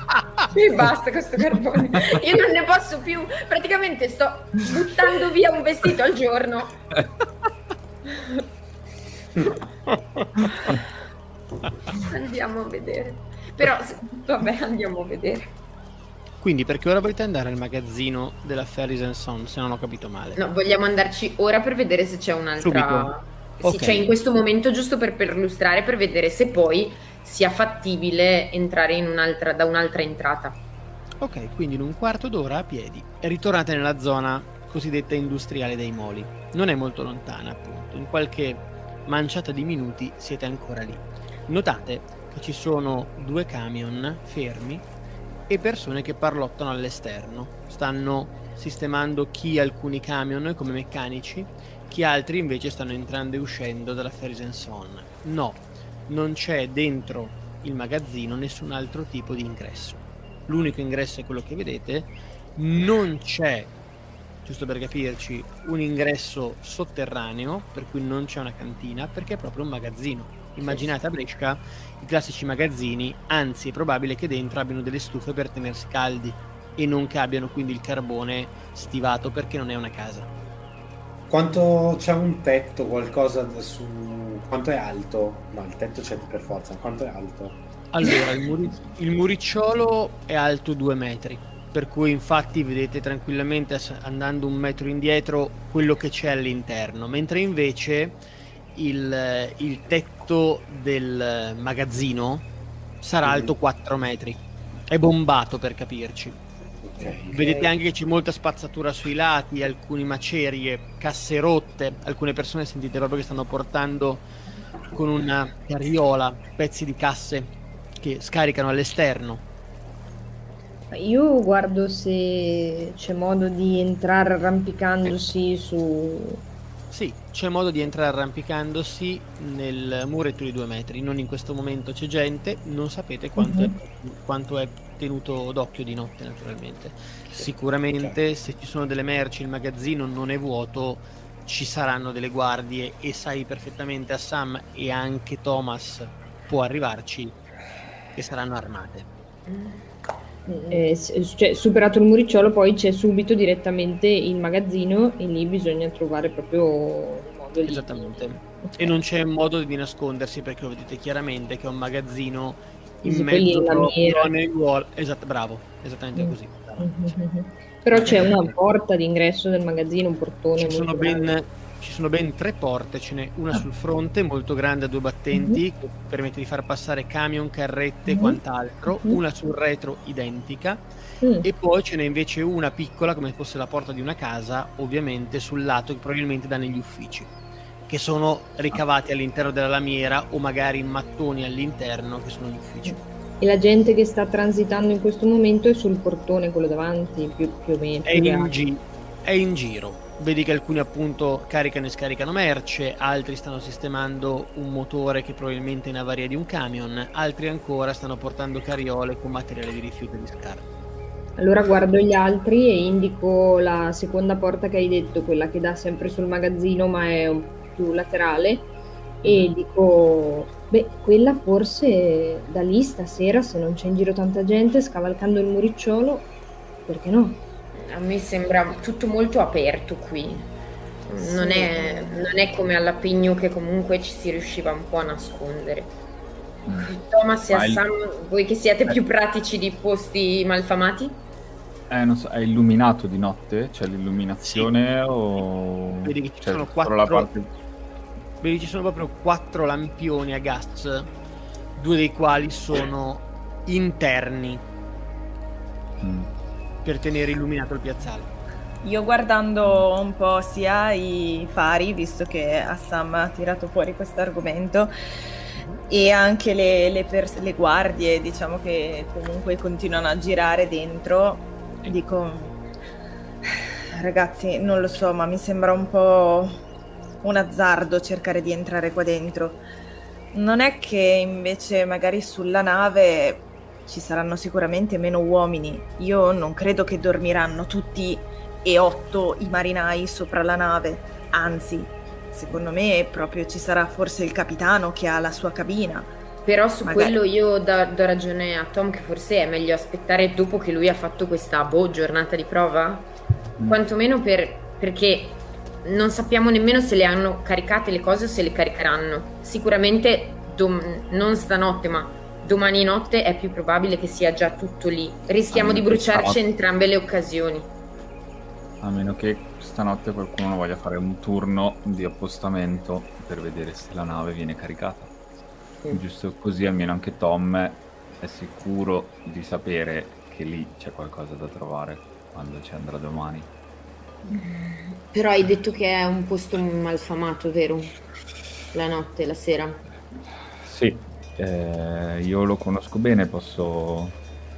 Mi basta questo carbone. Io non ne posso più. Praticamente sto buttando via un vestito al giorno. Andiamo a vedere. Però, vabbè, andiamo a vedere. Quindi perché ora volete andare al magazzino della Ferris & Son, se non ho capito male? No, vogliamo andarci ora per vedere se c'è un'altra... Subito? Sì, Ok. cioè in questo momento giusto per perlustrare, per vedere se poi sia fattibile entrare da un'altra entrata. Ok, quindi in un quarto d'ora a piedi e ritornate nella zona cosiddetta industriale dei Moli. Non è molto lontana, appunto. In qualche manciata di minuti siete ancora lì. Notate che ci sono 2 camion fermi e persone che parlottano all'esterno. Stanno sistemando chi alcuni camion come meccanici, chi altri invece stanno entrando e uscendo dalla Ferris & Son. No, non c'è dentro il magazzino nessun altro tipo di ingresso. L'unico ingresso è quello che vedete. Non c'è, giusto per capirci, un ingresso sotterraneo, per cui non c'è una cantina, perché è proprio un magazzino. Immaginate a Brescia i classici magazzini, anzi è probabile che dentro abbiano delle stufe per tenersi caldi e non che abbiano quindi il carbone stivato, perché non è una casa. Quanto c'è un tetto, qualcosa su... Quanto è alto? No, il tetto c'è per forza. Quanto è alto? Allora, il muricciolo è alto 2 metri, per cui infatti vedete tranquillamente andando un metro indietro quello che c'è all'interno, mentre invece il tetto del magazzino sarà alto 4 metri. È bombato, per capirci. Ok. Vedete anche che c'è molta spazzatura sui lati, alcune macerie, casse rotte, alcune persone sentite proprio che stanno portando con una carriola pezzi di casse che scaricano all'esterno. Io guardo se c'è modo di entrare arrampicandosi su... Sì, c'è modo di entrare arrampicandosi nel muretto di 2 metri. Non in questo momento c'è gente, non sapete quanto è tenuto d'occhio di notte, naturalmente. Sicuramente se ci sono delle merci, il magazzino non è vuoto, ci saranno delle guardie e sai perfettamente Assam e anche Thomas può arrivarci che saranno armate. Cioè, superato il muricciolo poi c'è subito direttamente il magazzino e lì bisogna trovare proprio un modo di... Esattamente. Ok. E non c'è modo di nascondersi perché lo vedete chiaramente che è un magazzino in Sì, quelli mezzo in lamiera. proprio nei luoghi. Esatto, bravo, esattamente così. Però c'è una porta d'ingresso del magazzino, un portone Ci sono molto grande. ci sono ben 3 porte, ce n'è una sul fronte molto grande a 2 battenti che permette di far passare camion, carrette e quant'altro, una sul retro identica e poi ce n'è invece una piccola come fosse la porta di una casa, ovviamente sul lato che probabilmente dà negli uffici, che sono ricavati all'interno della lamiera o magari in mattoni all'interno che sono gli uffici. E la gente che sta transitando in questo momento è sul portone, quello davanti, più o meno. È in giro. Vedi che alcuni appunto caricano e scaricano merce, altri stanno sistemando un motore che probabilmente è in avaria di un camion, altri ancora stanno portando carriole con materiale di rifiuto e di scarpe. Allora guardo gli altri e indico la seconda porta che hai detto, quella che dà sempre sul magazzino ma è un po' più laterale, e dico, beh, quella forse da lì stasera, se non c'è in giro tanta gente, scavalcando il muricciolo, perché no? A me sembra tutto molto aperto qui. Non è come all'Appigno che comunque ci si riusciva un po' a nascondere. Thomas e Assam, voi che siete più pratici di posti malfamati? Non so, è illuminato di notte? C'è l'illuminazione o... Vedi che ci c'è sono solo la parte... Vedi ci sono proprio 4 lampioni a gas, 2 dei quali sono interni per tenere illuminato il piazzale. Io guardando un po' sia i fari, visto che Assam ha tirato fuori questo argomento, e anche le guardie, diciamo, che comunque continuano a girare dentro, dico, ragazzi, non lo so, ma mi sembra un po' un azzardo cercare di entrare qua dentro. Non è che invece magari sulla nave ci saranno sicuramente meno uomini. Io non credo che dormiranno tutti e 8 i marinai sopra la nave. Anzi, secondo me proprio ci sarà forse il capitano che ha la sua cabina. Però su Magari. quello io do ragione a Tom, che forse è meglio aspettare dopo che lui ha fatto questa giornata di prova, quantomeno perché non sappiamo nemmeno se le hanno caricate le cose o se le caricheranno. Sicuramente non stanotte, ma domani notte è più probabile che sia già tutto lì. Rischiamo di bruciarci entrambe le occasioni. A meno che stanotte qualcuno non voglia fare un turno di appostamento per vedere se la nave viene caricata. Giusto così almeno anche Tom è sicuro di sapere che lì c'è qualcosa da trovare quando ci andrà domani. Però hai detto che è un posto malfamato, vero? La notte, la sera. Sì, io lo conosco bene, posso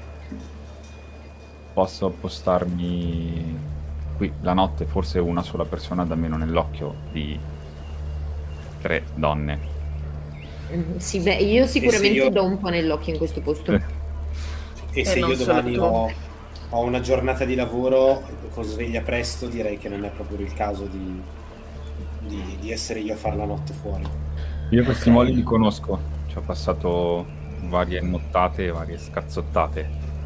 appostarmi qui la notte, forse una sola persona da meno nell'occhio di 3 donne. Sì, beh, io sicuramente io- do un po' nell'occhio in questo posto. E se non io solo domani tu. ho una giornata di lavoro con sveglia presto, direi che non è proprio il caso di essere io a fare la notte fuori. Io questi moli li conosco, ci ho passato varie nottate e varie scazzottate.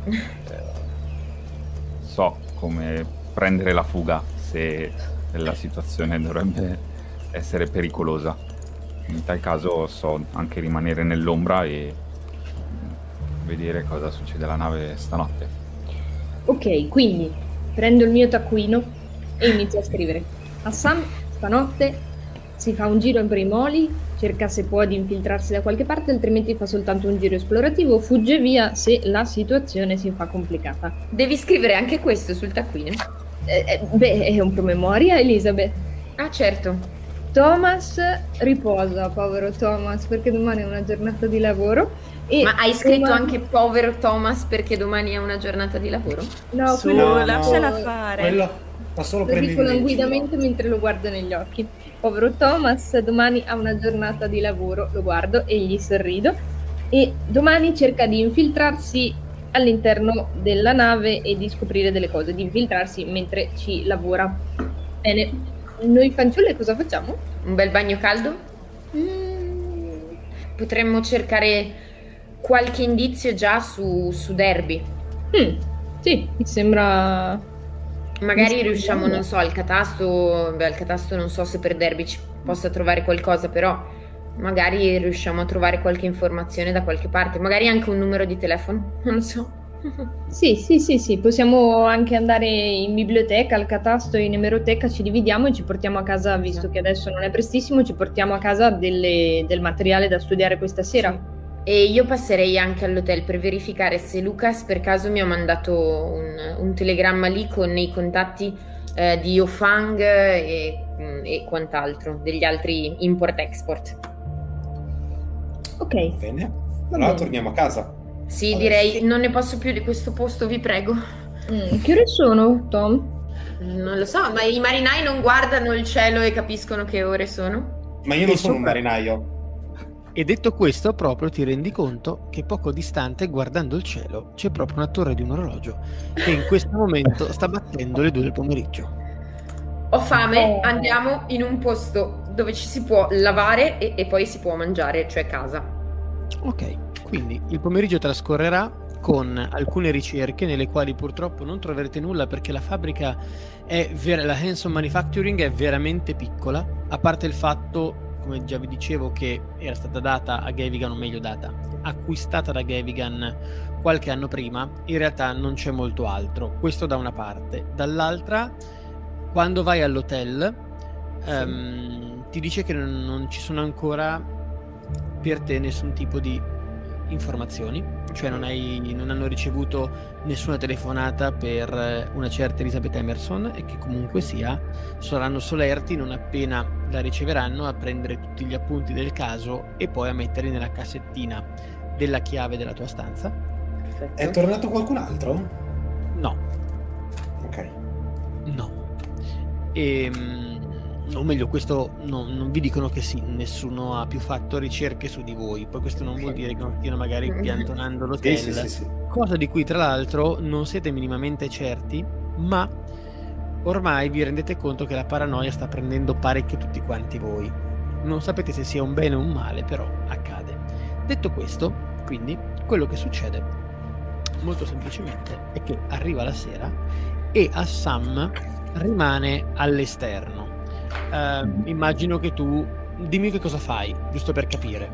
So come prendere la fuga se la situazione dovrebbe essere pericolosa. In tal caso so anche rimanere nell'ombra e vedere cosa succede alla nave stanotte. Ok, quindi prendo il mio taccuino e inizio a scrivere. Hassan stanotte si fa un giro per i moli, cerca se può di infiltrarsi da qualche parte, altrimenti fa soltanto un giro esplorativo, fugge via se la situazione si fa complicata. Devi scrivere anche questo sul taccuino. Beh, è un promemoria, Elisabeth. Ah, certo. Thomas riposa, povero Thomas, perché domani è una giornata di lavoro. E Ma hai scritto domani- anche povero Thomas perché domani è una giornata di lavoro? No, Su, quello lasciala fare. Quello ma solo Lo prendi dico il languidamente mentre lo guardo negli occhi. Povero Thomas, domani ha una giornata di lavoro, lo guardo e gli sorrido. E domani cerca di infiltrarsi all'interno della nave e di scoprire delle cose, di infiltrarsi mentre ci lavora. Bene, noi fanciulle cosa facciamo? Un bel bagno caldo? Potremmo cercare qualche indizio già su Derby. Sì, mi sembra... Magari Mi sta riusciamo, bene. non so, al catasto non so se per Derby ci possa trovare qualcosa, però magari riusciamo a trovare qualche informazione da qualche parte, magari anche un numero di telefono, non lo so. Sì, possiamo anche andare in biblioteca, al catasto e in emeroteca, ci dividiamo e ci portiamo a casa, visto che adesso non è prestissimo, ci portiamo a casa del materiale da studiare questa sera. E io passerei anche all'hotel per verificare se Lucas per caso mi ha mandato un telegramma lì con i contatti di Yofang e quant'altro, degli altri import-export. Ok, Bene, allora torniamo a casa. Sì, Adesso direi, sì. non ne posso più di questo posto, vi prego. che ore sono, Tom? Non lo so, ma i marinai non guardano il cielo e capiscono che ore sono? Ma io non E sono un sopra- marinaio. E detto questo, proprio ti rendi conto che poco distante, guardando il cielo, c'è proprio una torre di un orologio che in questo momento sta battendo le 2 del pomeriggio. Ho fame, Oh. andiamo in un posto dove ci si può lavare e poi si può mangiare, cioè casa. Ok, quindi il pomeriggio trascorrerà con alcune ricerche nelle quali purtroppo non troverete nulla perché la fabbrica la Hanson Manufacturing è veramente piccola, a parte il fatto, come già vi dicevo, che era stata data a Gavigan, o meglio acquistata da Gavigan qualche anno prima. In realtà non c'è molto altro, questo da una parte. Dall'altra, quando vai all'hotel ti dice che non ci sono ancora per te nessun tipo di informazioni, cioè non hanno ricevuto nessuna telefonata per una certa Elizabeth Emerson, e che comunque sia saranno solerti non appena la riceveranno a prendere tutti gli appunti del caso e poi a metterli nella cassettina della chiave della tua stanza. Perfetto. È tornato qualcun altro? No, Ok. o meglio, questo non vi dicono che sì, nessuno ha più fatto ricerche su di voi, poi questo non vuol dire che non stiano magari piantonando l'hotel, Sì. cosa di cui tra l'altro non siete minimamente certi, ma ormai vi rendete conto che la paranoia sta prendendo parecchio tutti quanti voi. Non sapete se sia un bene o un male, però accade. Detto questo, quindi, quello che succede molto semplicemente è che arriva la sera e Assam rimane all'esterno. Immagino che tu... Dimmi che cosa fai, giusto per capire.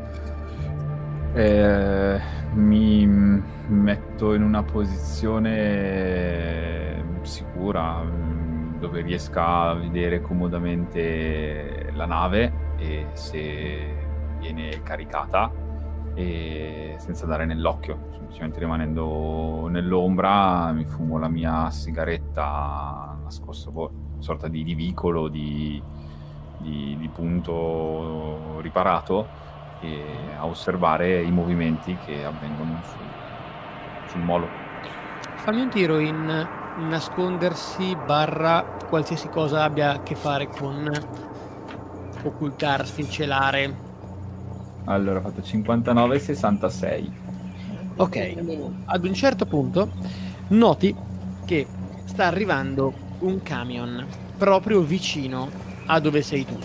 Mi metto in una posizione sicura dove riesca a vedere comodamente la nave e se viene caricata, e senza dare nell'occhio, semplicemente rimanendo nell'ombra mi fumo la mia sigaretta nascosto, una sorta di vicolo di punto riparato, e a osservare i movimenti che avvengono sul molo. Fammi un tiro in nascondersi barra qualsiasi cosa abbia a che fare con occultarsi, celare. Allora ho fatto 59 e 66. Ok, ad un certo punto noti che sta arrivando un camion proprio vicino a dove sei tu.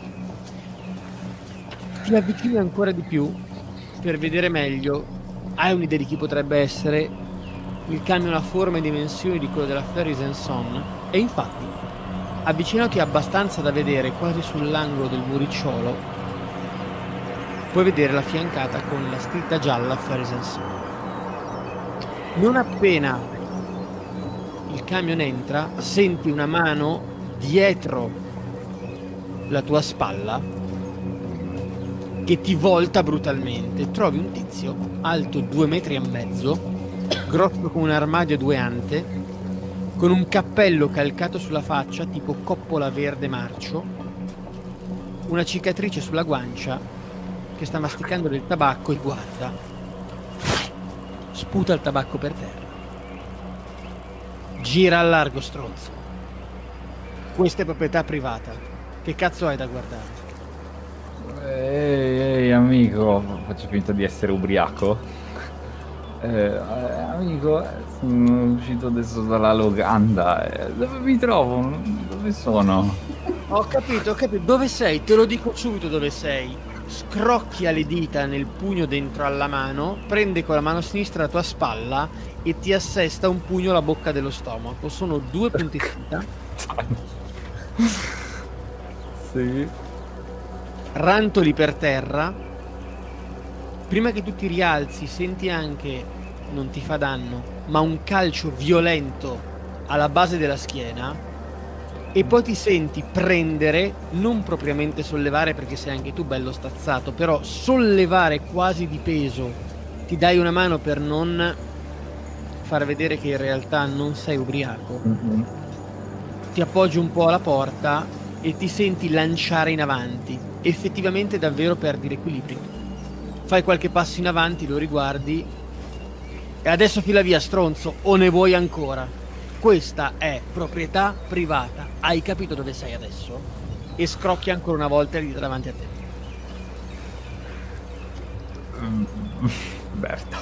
Ti avvicini ancora di più per vedere meglio. Hai un'idea di chi potrebbe essere. Il camion ha forma e dimensioni di quello della Ferries and Son, e infatti, avvicinati abbastanza da vedere quasi sull'angolo del muricciolo, puoi vedere la fiancata con la scritta gialla Ferries and Son. Non appena il camion entra, senti una mano dietro la tua spalla che ti volta brutalmente. Trovi un tizio alto 2,5 metri, grosso come un armadio a 2 ante, con un cappello calcato sulla faccia tipo coppola verde marcio, una cicatrice sulla guancia, che sta masticando del tabacco e guarda. Sputa il tabacco per terra. Gira al largo, stronzo. Questa è proprietà privata. Che cazzo hai da guardare? Ehi amico, faccio finta di essere ubriaco. Amico, sono uscito adesso dalla locanda. Dove mi trovo? Dove sono? Ho capito. Dove sei? Te lo dico subito dove sei. Scrocchia le dita nel pugno dentro alla mano, prende con la mano sinistra la tua spalla e ti assesta un pugno alla bocca dello stomaco. Sono 2 punti vita. Sì. Rantoli per terra. Prima che tu ti rialzi senti anche, non ti fa danno, ma un calcio violento alla base della schiena, e poi ti senti prendere, non propriamente sollevare perché sei anche tu bello stazzato, però sollevare quasi di peso. Ti dai una mano per non far vedere che in realtà non sei ubriaco. Ti appoggi un po' alla porta e ti senti lanciare in avanti. Effettivamente davvero perdi l'equilibrio. Fai qualche passo in avanti, lo riguardi e adesso fila via, stronzo, o ne vuoi ancora? Questa è proprietà privata. Hai capito dove sei adesso? E scrocchia ancora una volta lì davanti a te. Berta.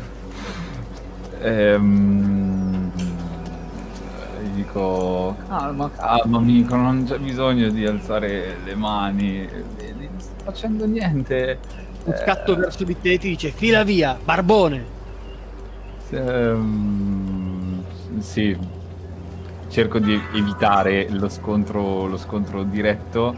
Dico, calma amico, non c'è bisogno di alzare le mani, non sto facendo niente. Un scatto verso di te e ti dice fila via, barbone. Sì, cerco di evitare lo scontro diretto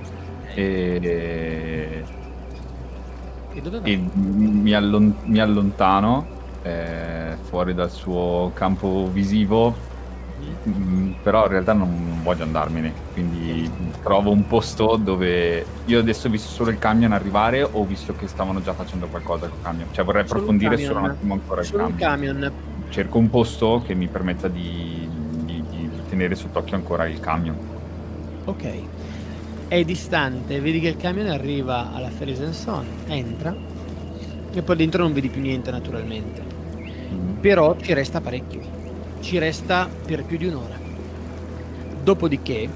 e dove vai? e mi allontano fuori dal suo campo visivo. Però in realtà non voglio andarmene, quindi trovo un posto dove io adesso ho visto solo il camion arrivare, o ho visto che stavano già facendo qualcosa col camion, cioè vorrei approfondire solo un attimo ancora il camion. Cerco un posto che mi permetta di tenere sott'occhio ancora il camion. Ok, è distante, vedi che il camion arriva alla Ferries and Son, entra e poi dentro non vedi più niente naturalmente, però ci resta parecchio. Ci resta per più di un'ora. Dopodiché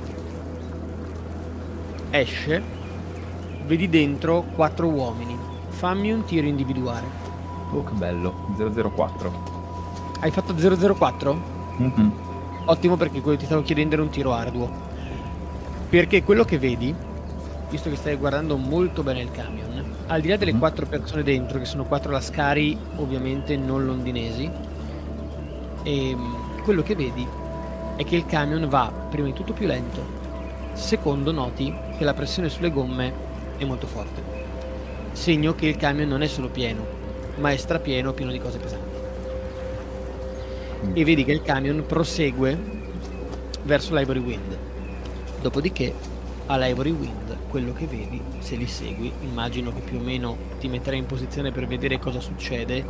esce, vedi dentro 4 uomini. Fammi un tiro individuale. Oh che bello, 004. Hai fatto 004? Ottimo, perché quello ti stavo chiedendo era un tiro arduo. Perché quello che vedi visto che stai guardando molto bene il camion, al di là delle 4 persone dentro, che sono 4 lascari ovviamente non londinesi, e quello che vedi è che il camion va prima di tutto più lento, secondo noti che la pressione sulle gomme è molto forte, segno che il camion non è solo pieno, ma è strapieno, pieno di cose pesanti. E vedi che il camion prosegue verso l'Ivory Wind. Dopodiché all'Ivory Wind quello che vedi, se li segui, immagino che più o meno ti metterai in posizione per vedere cosa succede,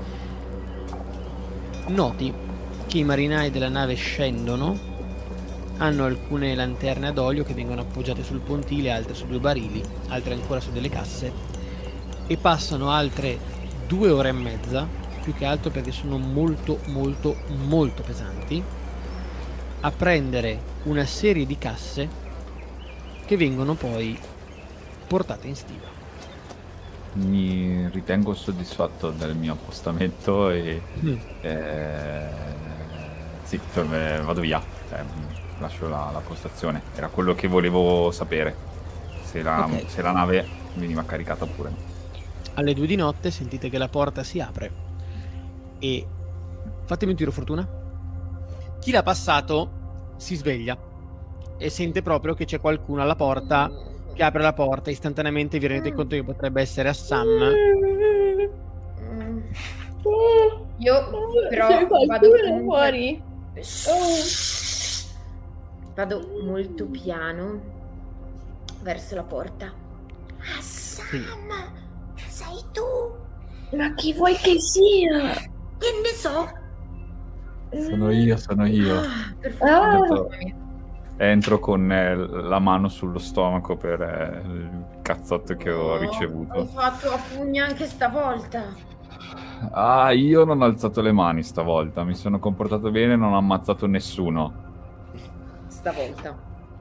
noti che i marinai della nave scendono, hanno alcune lanterne ad olio che vengono appoggiate sul pontile, altre su 2 barili, altre ancora su delle casse, e passano altre 2 ore e mezza, più che altro perché sono molto molto molto pesanti, a prendere una serie di casse che vengono poi portate in stiva. Mi ritengo soddisfatto del mio appostamento e sì, vado via, lascio la postazione. Era quello che volevo sapere, se la nave veniva caricata oppure no. Alle 2 di notte sentite che la porta si apre e fatemi un tiro fortuna. Chi l'ha passato si sveglia e sente proprio che c'è qualcuno alla porta, che apre la porta. Istantaneamente vi rendete conto che potrebbe essere Assam. Io però vado fuori. Vado molto piano verso la porta. Assam, sei tu? Ma chi vuoi che sia? Che ne so? Sono io. Perfetto. Entro con la mano sullo stomaco per il cazzotto che ho ricevuto. Hai fatto a pugna anche stavolta. Ah, io non ho alzato le mani stavolta. Mi sono comportato bene, non ho ammazzato nessuno. Stavolta.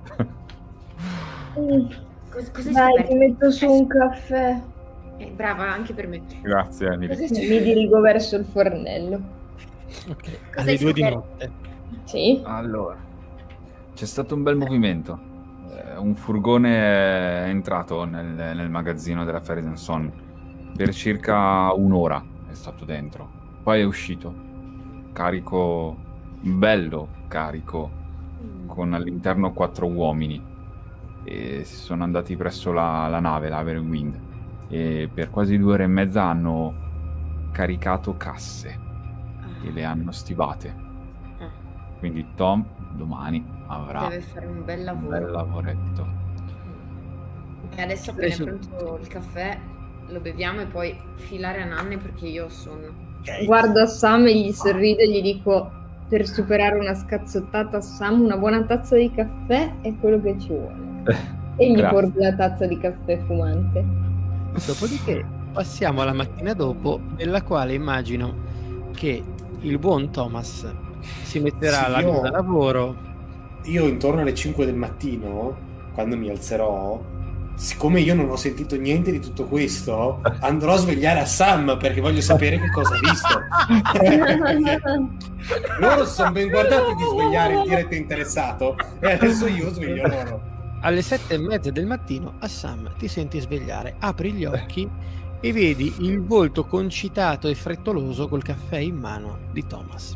Cosa Dai, ti metto su un caffè. Brava, anche per me. Grazie, Emily. Mi dirigo verso il fornello. Ok, alle 2 di notte. Sì. Allora, c'è stato un bel movimento. Un furgone è entrato nel magazzino della Ferris & Son. Per circa un'ora è stato dentro. Poi è uscito. Carico, bello carico, con all'interno 4 uomini. E si sono andati presso la nave, la Ivory Wind. E per quasi 2 ore e mezza hanno caricato casse e le hanno stivate. Quindi Tom domani avrà deve fare un bel lavoro. Un bel lavoretto. E adesso appena è pronto il caffè lo beviamo e poi filare a Nanne perché io ho sonno. Guardo Sam e gli sorrido e gli dico: per superare una scazzottata, Sam, una buona tazza di caffè è quello che ci vuole. E gli porgo la tazza di caffè fumante. Dopodiché passiamo alla mattina dopo, nella quale immagino che il buon Thomas si metterà da lavoro. Io intorno alle 5 del mattino, quando mi alzerò, siccome io non ho sentito niente di tutto questo, andrò a svegliare a Sam perché voglio sapere che cosa ha visto. Loro si sono ben guardati di svegliare il diretto interessato e adesso io sveglio loro. Alle 7:30 del mattino, Assam, ti senti svegliare, apri gli occhi e vedi il volto concitato e frettoloso col caffè in mano di Thomas.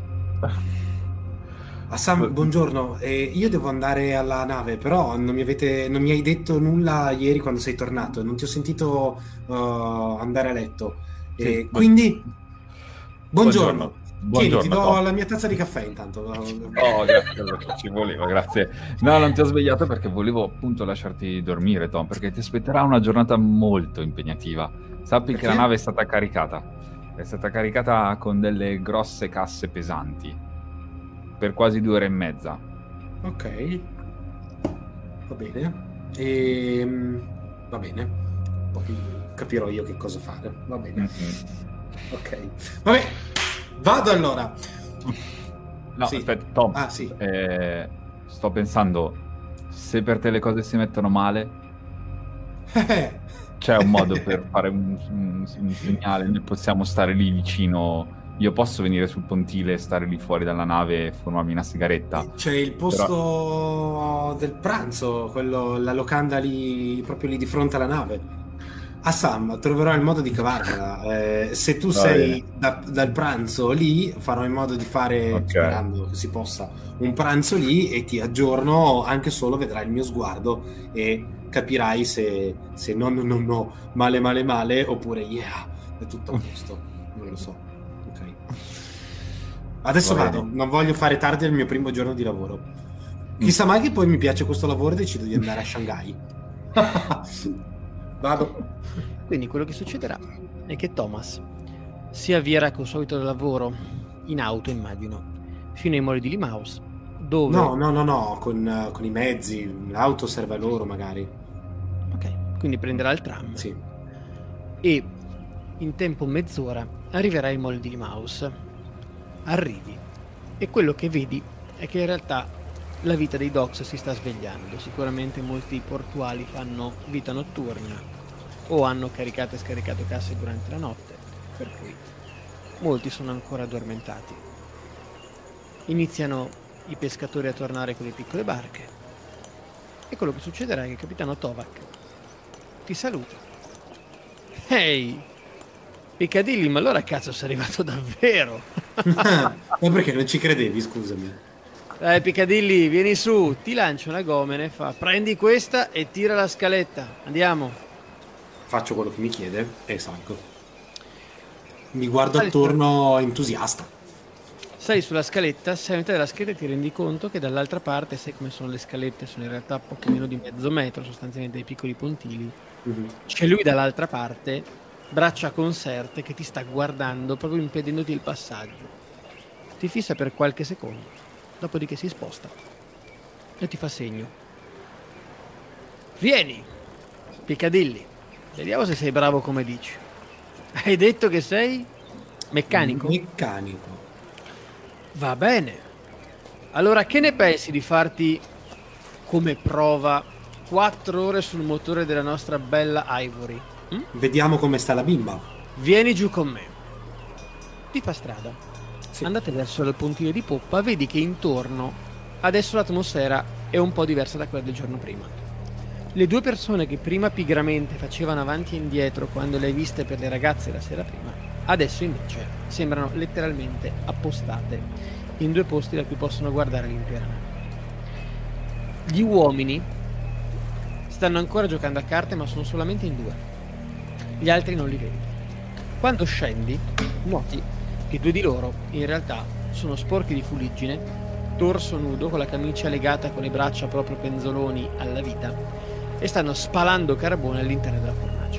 Assam, buongiorno. Io devo andare alla nave, però non mi hai detto nulla ieri quando sei tornato. Non ti ho sentito andare a letto. Sì, quindi, buongiorno. Buongiorno, Tieni, ti do Tom. la mia tazza di caffè intanto. Oh, grazie, ci voleva, grazie. No, non ti ho svegliato perché volevo appunto lasciarti dormire, Tom, perché ti aspetterà una giornata molto impegnativa. Sappi che la nave è stata caricata con delle grosse casse pesanti per quasi 2 ore e mezza. Ok, va bene. Va bene. Poi capirò io che cosa fare. Va bene. Ok. Vabbè. Vado allora. No, sì. aspetta, Tom. Ah, sì. Sto pensando, se per te le cose si mettono male, c'è un modo per fare un segnale. Noi possiamo stare lì vicino io posso venire sul pontile e stare lì fuori dalla nave e fumarmi una sigaretta. C'è il posto del pranzo, la locanda lì, proprio lì di fronte alla nave. Assam, troverò il modo di cavarmela. Se tu sei dal pranzo lì, farò in modo di fare, sperando che si possa, un pranzo lì e ti aggiorno, anche solo vedrai il mio sguardo e capirai se no, male, oppure yeah, è tutto a posto. Non lo so. Ok. Adesso vado, non voglio fare tardi al mio primo giorno di lavoro. Chissà mai che poi mi piace questo lavoro e decido di andare a Shanghai. Vado. Quindi quello che succederà è che Thomas si avvierà col solito lavoro in auto, immagino, fino ai moli di Limaus, dove... No, con i mezzi, l'auto serve a loro magari. Ok, quindi prenderà il tram. Sì. E in tempo mezz'ora arriverà ai moli di Limaus. Arrivi e quello che vedi è che in realtà la vita dei docks si sta svegliando. Sicuramente molti portuali fanno vita notturna o hanno caricato e scaricato casse durante la notte, per cui molti sono ancora addormentati. Iniziano i pescatori a tornare con le piccole barche e quello che succederà è che il capitano Tovak ti saluta. Ehi, Piccadilly, ma allora cazzo sei arrivato davvero? Ma perché non ci credevi, scusami? Dai Piccadilly, vieni su, ti lancia una gomene, fa prendi questa e tira la scaletta, andiamo. Faccio quello che mi chiede e salgo. Mi guardo attorno entusiasta. Sali sulla scaletta, sei a metà della scaletta e ti rendi conto che dall'altra parte, sai come sono le scalette, sono in realtà poco meno di mezzo metro, sostanzialmente dei piccoli pontili. C'è lui dall'altra parte, braccia conserte, che ti sta guardando, proprio impedendoti il passaggio. Ti fissa per qualche secondo, dopodiché si sposta e ti fa segno. Vieni, Piccadilly, vediamo se sei bravo come dici. Hai detto che sei meccanico? Meccanico. Va bene. Allora che ne pensi di farti come prova 4 ore sul motore della nostra bella Ivory? Vediamo come sta la bimba. Vieni giù con me. Ti fa strada. Sì. Andate verso il pontile di poppa, vedi che intorno adesso l'atmosfera è un po' diversa da quella del giorno prima. Le due persone che prima pigramente facevano avanti e indietro quando le hai viste per le ragazze la sera prima, adesso invece sembrano letteralmente appostate in due posti da cui possono guardare l'intera nave. Gli uomini stanno ancora giocando a carte, ma sono solamente in 2. Gli altri non li vedi. Quando scendi, noti che 2 di loro in realtà sono sporchi di fuliggine, torso nudo, con la camicia legata con le braccia proprio penzoloni alla vita, e stanno spalando carbone all'interno della fornace.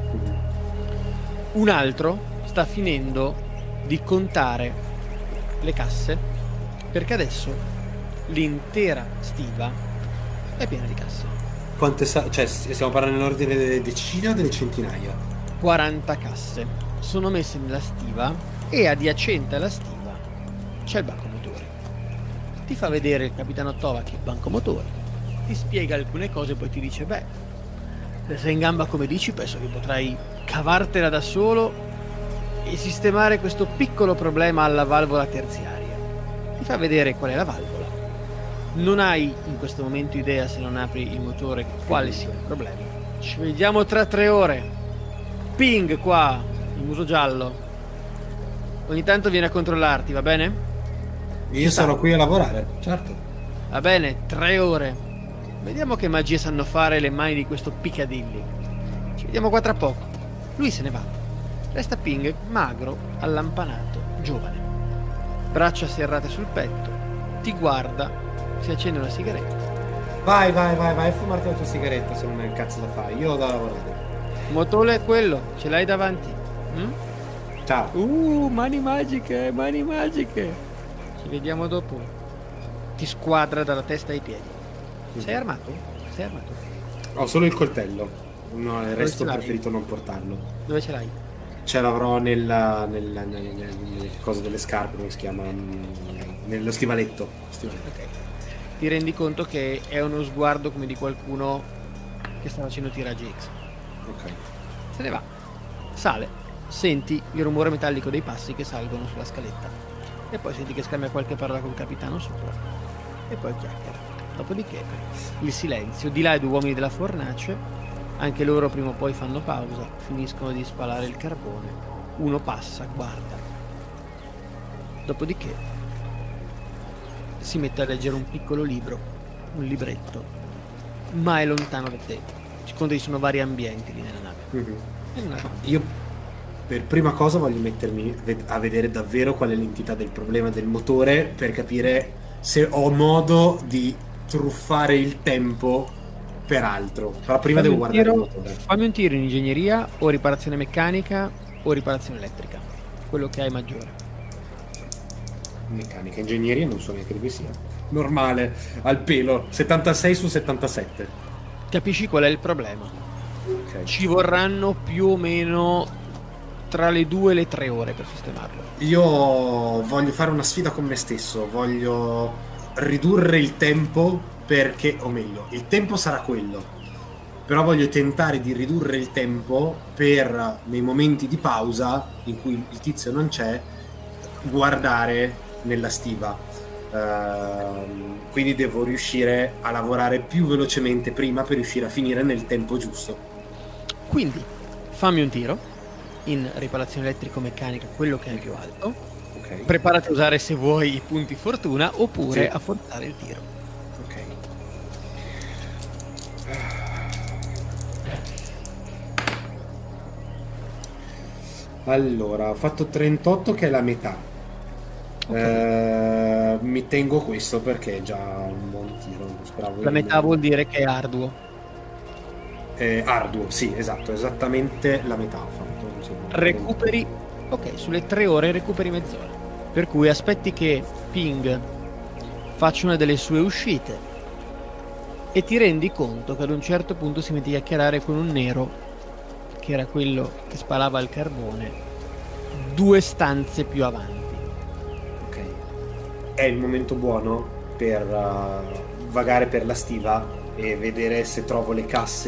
Un altro sta finendo di contare le casse, perché adesso l'intera stiva è piena di casse. Quante cioè, stiamo parlando nell'ordine delle decine o delle centinaia? 40 casse sono messe nella stiva e adiacente alla stiva c'è il banco motori. Ti fa vedere il capitano Tovak il banco motori, ti spiega alcune cose e poi ti dice: beh, se sei in gamba come dici, penso che potrai cavartela da solo e sistemare questo piccolo problema alla valvola terziaria. Ti fa vedere qual è la valvola. Non hai in questo momento idea, se non apri il motore, quale sia il problema. Ci vediamo tra 3 ore. Ping qua, il muso giallo. Ogni tanto viene a controllarti, va bene? Io sarò qui a lavorare, certo. Va bene, 3 ore. Vediamo che magie sanno fare le mani di questo Piccadilly. Ci vediamo qua tra poco. Lui se ne va. Resta Ping, magro, allampanato, giovane. Braccia serrate sul petto. Ti guarda, si accende una sigaretta. Vai a fumarti la tua sigaretta, se non hai il cazzo da fare. Io ho da lavorare. Motore è quello, ce l'hai davanti. Ciao. Mani magiche, mani magiche. Ci vediamo dopo. Ti squadra dalla testa ai piedi. Sei armato? Sei armato? Ho solo il coltello. No, il resto ho ce l'hai? preferito non portarlo. Dove ce l'hai? Ce l'avrò nella cosa delle scarpe, come si chiama? Nello stivaletto. Ok. Ti rendi conto che è uno sguardo come di qualcuno che sta facendo tiraggi X. Ok. Se ne va. Sale. senti il rumore metallico dei passi che salgono sulla scaletta e poi senti che scambia qualche parola col capitano sopra e poi chiacchiera. Dopodiché il silenzio, di là i 2 uomini della fornace, anche loro prima o poi fanno pausa, finiscono di spalare il carbone, uno passa, guarda, dopodiché si mette a leggere un piccolo libro, un libretto, ma è lontano da te. Ci sono vari ambienti lì nella nave. Io per prima cosa voglio mettermi a vedere davvero qual è l'entità del problema del motore, per capire se ho modo di truffare il tempo per altro. Però prima devo guardare il motore. Fammi un tiro in ingegneria o riparazione meccanica o riparazione elettrica, quello che hai maggiore. Meccanica, ingegneria non so neanche di che sia. Normale, al pelo, 76 su 77. Capisci qual è il problema? Okay. Ci vorranno più o meno tra le 2 e le 3 ore per sistemarlo. Io voglio fare una sfida con me stesso, voglio ridurre il tempo perché, o meglio, il tempo sarà quello, però voglio tentare di ridurre il tempo per, nei momenti di pausa in cui il tizio non c'è, guardare nella stiva. Quindi devo riuscire a lavorare più velocemente prima per riuscire a finire nel tempo giusto. Quindi fammi un tiro in riparazione elettrico-meccanica, quello che è più alto. Okay. Preparati a usare, se vuoi, i punti fortuna oppure Sì. a forzare il tiro. Ok. Allora, ho fatto 38 che è la metà. Mi tengo questo perché è già un buon tiro. Speravo La metà vuol dire che è arduo. Arduo, sì, esatto, esattamente la metà ho fatto. Insomma. Recuperi, ok, sulle 3 ore recuperi mezz'ora. Per cui aspetti che Ping faccia una delle sue uscite e ti rendi conto che ad un certo punto si mette a chiacchierare con un nero, che era quello che spalava il carbone, 2 stanze più avanti. Ok. È il momento buono per vagare per la stiva e vedere se trovo le casse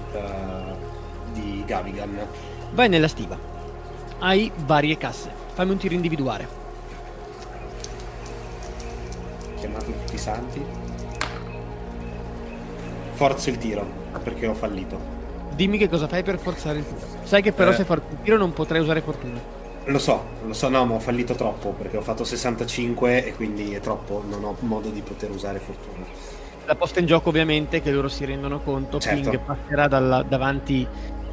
di Gavigan. Vai nella stiva. Hai varie casse. Fammi un tiro individuare. Chiamati tutti i santi. Forzo il tiro perché ho fallito. Dimmi che cosa fai per forzare il tiro. Sai che però se forzi il tiro non potrai usare fortuna. Lo so, no, ma ho fallito troppo perché ho fatto 65 e quindi è troppo, non ho modo di poter usare fortuna. La posta in gioco ovviamente è che loro si rendono conto, Certo. Ping passerà davanti.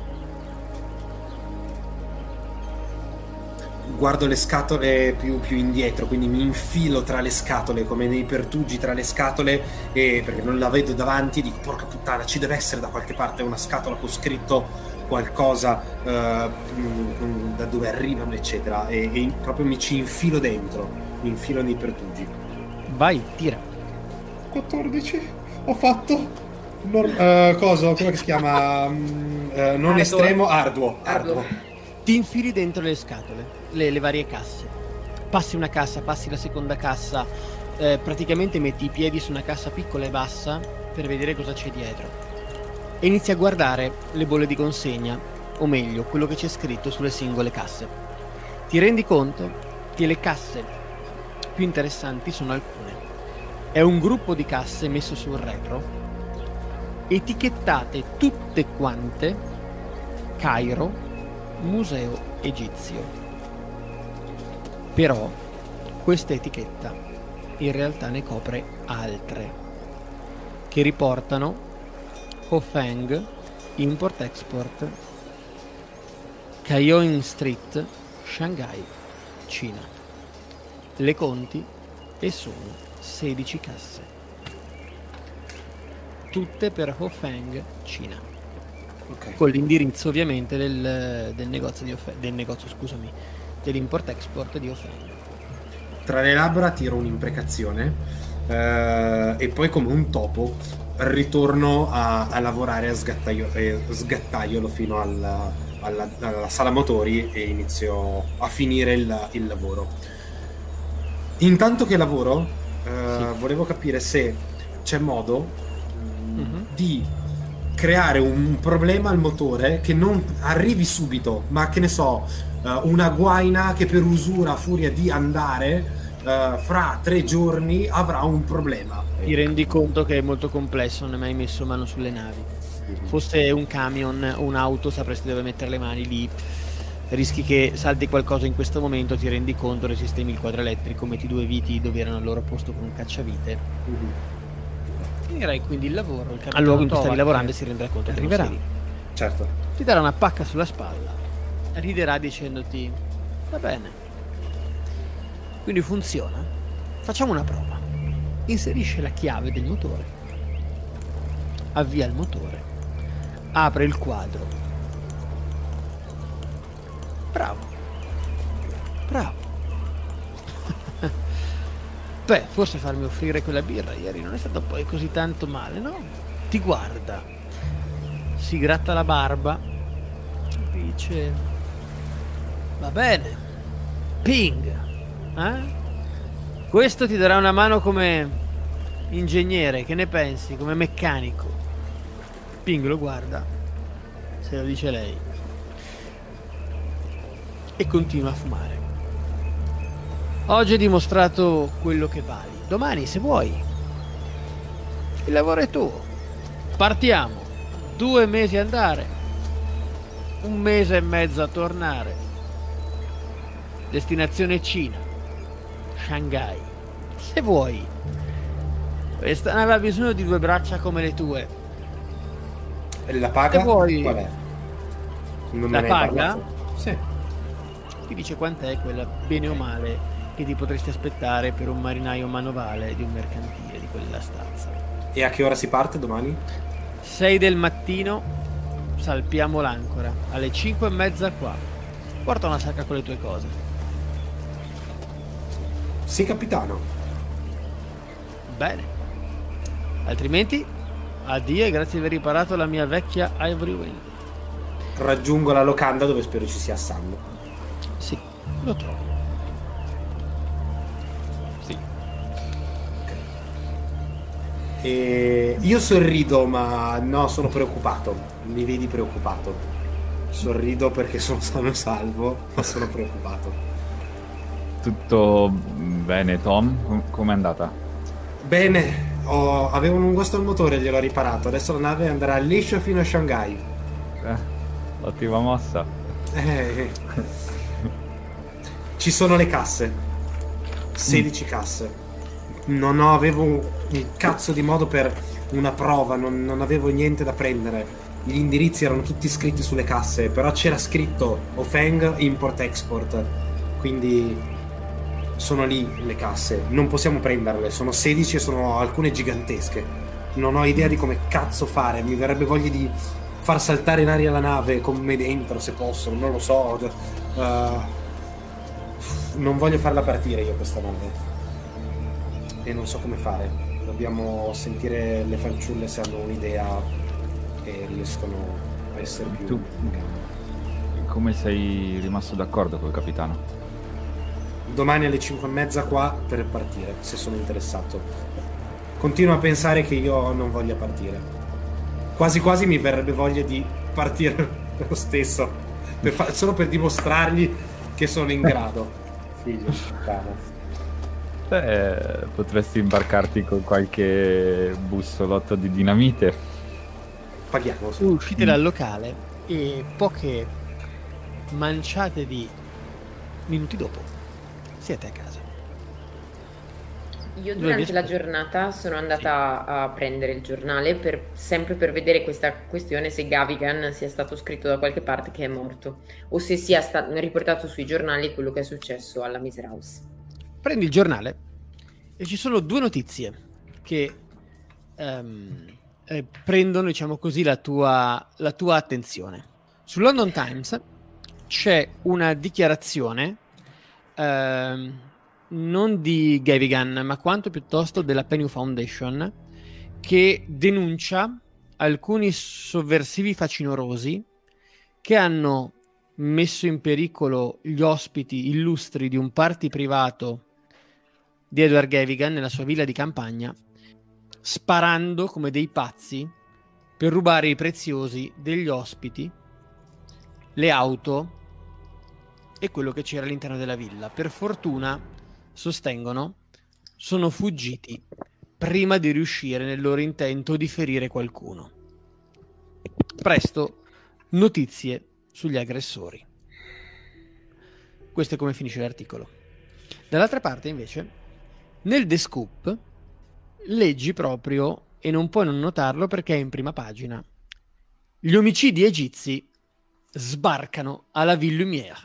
Guardo le scatole più indietro, quindi mi infilo tra le scatole come nei pertugi tra le scatole, e perché non la vedo davanti dico porca puttana, ci deve essere da qualche parte una scatola con scritto qualcosa da dove arrivano eccetera, e proprio mi ci infilo dentro, mi infilo nei pertugi. Vai, tira. 14 ho fatto coso, come si chiama? Non Arduo. estremo, arduo. Ti infili dentro le scatole, le varie casse. Passi una cassa, passi la seconda cassa, praticamente metti i piedi su una cassa piccola e bassa per vedere cosa c'è dietro. E inizi a guardare le bolle di consegna, o meglio, quello che c'è scritto sulle singole casse. Ti rendi conto che le casse più interessanti sono alcune. È un gruppo di casse messo sul retro, etichettate tutte quante Cairo, Museo Egizio. Però questa etichetta in realtà ne copre altre che riportano Hofeng, Import-Export, Cayoing Street, Shanghai, Cina. Le conti e sono 16 casse. Tutte per Hofeng, Cina. Ok. Con l'indirizzo ovviamente del negozio dell'import-export di Hofeng. Tra le labbra tiro un'imprecazione e poi come un topo ritorno a lavorare a sgattaiolo fino alla sala motori e inizio a finire il lavoro. Intanto che lavoro volevo capire se c'è modo di creare un problema al motore che non arrivi subito, ma che ne so, una guaina che per usura, a furia di andare, fra 3 giorni avrà un problema. Ti rendi conto che è molto complesso, non hai mai messo mano sulle navi. Fosse un camion o un'auto sapresti dove mettere le mani, lì rischi che salti qualcosa in questo momento, ti rendi conto, risistemi il quadro elettrico, metti 2 viti dove erano al loro posto con un cacciavite. Finirei quindi il lavoro, il al luogo in cui stavi lavorando e si renderà conto che arriverà. Certo. Ti darà una pacca sulla spalla, riderà dicendoti: va bene, quindi funziona, facciamo una prova. Inserisce la chiave del motore, avvia il motore, apre il quadro. Bravo. Beh, forse farmi offrire quella birra ieri non è stato poi così tanto male, no? Ti guarda, si gratta la barba, dice: va bene, Ping, questo ti darà una mano come ingegnere, che ne pensi? Come meccanico? Ping lo guarda, se lo dice lei, e continua a fumare. Oggi hai dimostrato quello che vali. Domani, se vuoi, il lavoro è tuo. Partiamo. 2 mesi a andare, 1 mese e mezzo a tornare. Destinazione Cina, Shanghai. Se vuoi. Questa nave ha bisogno di 2 braccia come le tue. E la paga? Se vuoi. Qual è? Non La me ne hai paga? parlato? Sì. Ti dice quant'è quella, bene o male, che ti potresti aspettare per un marinaio manovale di un mercantile di quella stazza. E a che ora si parte domani? 6 del mattino, salpiamo l'ancora. Alle 5:30 qua. Porta una sacca con le tue cose. Sì, capitano. Bene. Altrimenti, addio e grazie di aver riparato la mia vecchia Ivory Wind. Raggiungo la locanda dove spero ci sia Sam. Sì, lo trovo. Sì. E io sorrido, ma no, sono preoccupato. Mi vedi preoccupato. Sorrido perché sono sano e salvo, ma sono preoccupato. Tutto bene, Tom? Com'è andata? Bene, avevo un guasto al motore, gliel'ho riparato. Adesso la nave andrà liscio fino a Shanghai. Ottima mossa. Ci sono le casse. 16 casse. Non avevo il cazzo di modo per una prova, non avevo niente da prendere. Gli indirizzi erano tutti scritti sulle casse, però c'era scritto Ofeng Import-Export. Quindi sono lì le casse. Non possiamo prenderle, sono 16 e sono alcune gigantesche. Non ho idea di come cazzo fare. Mi verrebbe voglia di far saltare in aria la nave con me dentro, se posso, non lo so. Non voglio farla partire io questa nave e non so come fare. Dobbiamo sentire le fanciulle se hanno un'idea e riescono a essere più Tu come sei rimasto d'accordo col capitano? Domani alle 5:30 qua per partire, se sono interessato. Continuo a pensare che io non voglia partire. Quasi quasi mi verrebbe voglia di partire lo stesso, solo per dimostrargli che sono in grado. Figlio di puttana. Potresti imbarcarti con qualche bussolotto di dinamite. Paghiamo. Uscite dal locale e poche manciate di minuti dopo siete a casa. Io durante la giornata sono andata a prendere il giornale sempre per vedere questa questione, se Gavigan sia stato scritto da qualche parte che è morto o se sia stato riportato sui giornali quello che è successo alla Miser House. Prendi il giornale e ci sono 2 notizie che prendono, diciamo così, la tua attenzione. Sul London Times c'è una dichiarazione non di Gavigan, ma quanto piuttosto della Penny Foundation, che denuncia alcuni sovversivi facinorosi che hanno messo in pericolo gli ospiti illustri di un party privato di Edward Gavigan nella sua villa di campagna, sparando come dei pazzi per rubare i preziosi degli ospiti, le auto e quello che c'era all'interno della villa. Per fortuna, sostengono, sono fuggiti prima di riuscire nel loro intento di ferire qualcuno. Presto notizie sugli aggressori. Questo è come finisce l'articolo. Dall'altra parte, invece, nel The Scoop leggi proprio, e non puoi non notarlo perché è in prima pagina, gli omicidi egizi sbarcano alla Ville Lumière.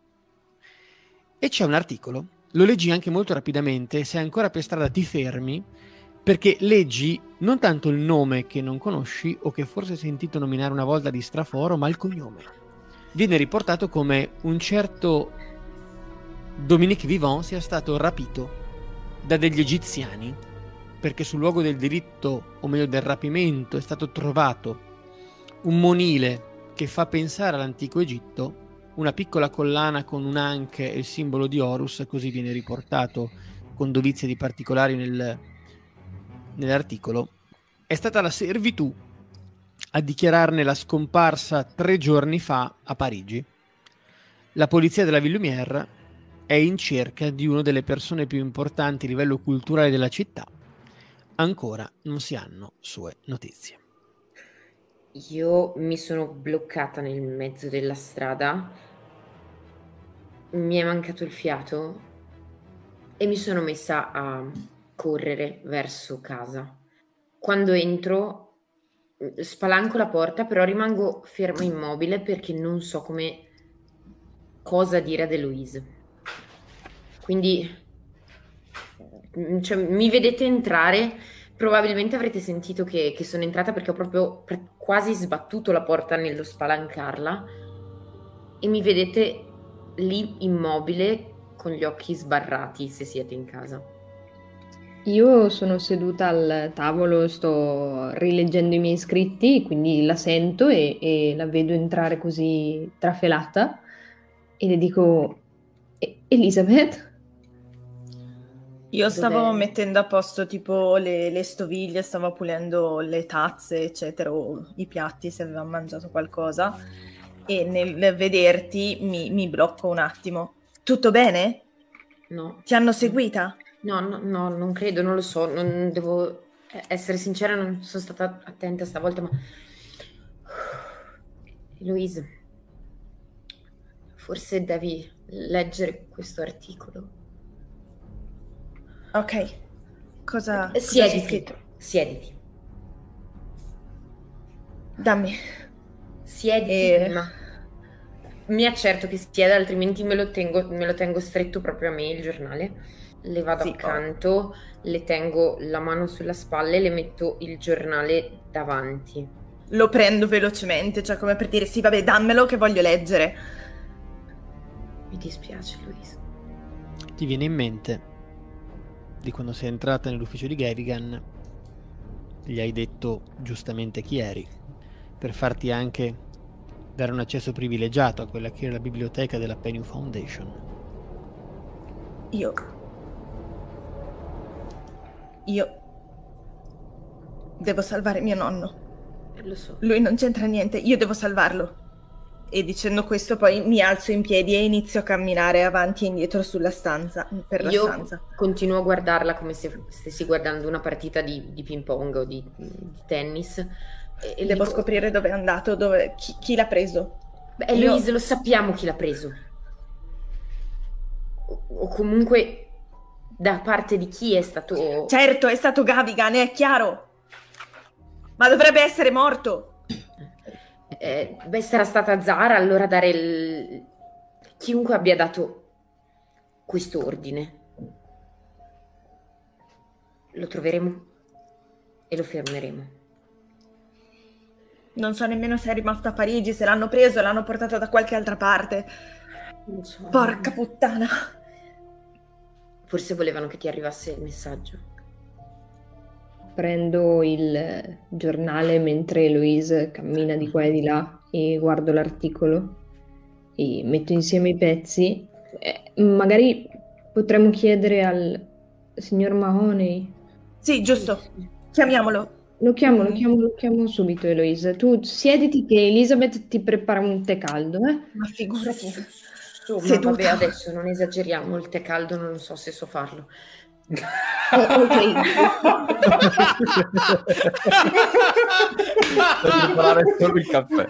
E c'è un articolo, lo leggi anche molto rapidamente, se ancora per strada ti fermi, perché leggi non tanto il nome che non conosci o che forse hai sentito nominare una volta di straforo, ma il cognome. Viene riportato come un certo Dominique Vivant sia stato rapito da degli egiziani, perché sul luogo del delitto, o meglio del rapimento, è stato trovato un monile che fa pensare all'antico Egitto, una piccola collana con un'anche e il simbolo di Horus, così viene riportato con dovizie di particolari nell'articolo. È stata la servitù a dichiararne la scomparsa 3 giorni fa a Parigi. La polizia della Ville Lumière è in cerca di una delle persone più importanti a livello culturale della città. Ancora non si hanno sue notizie. Io mi sono bloccata nel mezzo della strada, mi è mancato il fiato e mi sono messa a correre verso casa. Quando entro, spalanco la porta, però rimango ferma immobile perché non so cosa dire ad Eloise. Quindi, cioè, mi vedete entrare, probabilmente avrete sentito che sono entrata perché ho proprio quasi sbattuto la porta nello spalancarla e mi vedete lì immobile con gli occhi sbarrati, se siete in casa. Io sono seduta al tavolo, sto rileggendo i miei scritti, quindi la sento e la vedo entrare così trafelata e le dico: Elisabeth? Io stavo Dov'è? mettendo a posto tipo le stoviglie, stavo pulendo le tazze, eccetera, o i piatti se avevamo mangiato qualcosa, e nel vederti mi blocco un attimo. Tutto bene? No. Ti hanno seguita? No, non credo, non lo so, non devo essere sincera, non sono stata attenta stavolta, ma Eloise, forse devi leggere questo articolo. Ok. Cosa c'è scritto? Siediti. Dammi. Siediti, ma mi accerto che sieda, altrimenti me lo tengo stretto proprio a me il giornale. Le vado accanto, le tengo la mano sulla spalla e le metto il giornale davanti. Lo prendo velocemente, cioè come per dire: sì, vabbè, dammelo che voglio leggere. Mi dispiace, Louise. Ti viene in mente di quando sei entrata nell'ufficio di Gavigan, gli hai detto giustamente chi eri, per farti anche dare un accesso privilegiato a quella che era la biblioteca della Penny Foundation. Io devo salvare mio nonno. Lo so. Lui non c'entra niente, io devo salvarlo. E dicendo questo poi mi alzo in piedi e inizio a camminare avanti e indietro sulla stanza, per la stanza. Io continuo a guardarla come se stessi guardando una partita di ping pong o di tennis. E devo scoprire dove è andato, chi l'ha preso. Beh, Eloise, lo sappiamo chi l'ha preso. O comunque da parte di chi è stato... Certo, è stato Gavigan, è chiaro. Ma dovrebbe essere morto. Beh, sarà stata Zara allora dare chiunque abbia dato questo ordine. Lo troveremo e lo fermeremo. Non so nemmeno se è rimasto a Parigi, se l'hanno preso e l'hanno portato da qualche altra parte. Non so. Porca puttana. Forse volevano che ti arrivasse il messaggio. Prendo il giornale mentre Eloise cammina di qua e di là e guardo l'articolo e metto insieme i pezzi. Magari potremmo chiedere al signor Mahoney. Sì, giusto. Chiamiamolo. Lo chiamo subito, Eloise. Tu siediti che Elizabeth ti prepara un tè caldo, eh? Ma figurati. Ma Seduta. vabbè, adesso non esageriamo, il tè caldo non so se so farlo. Ok. Per preparare solo il caffè.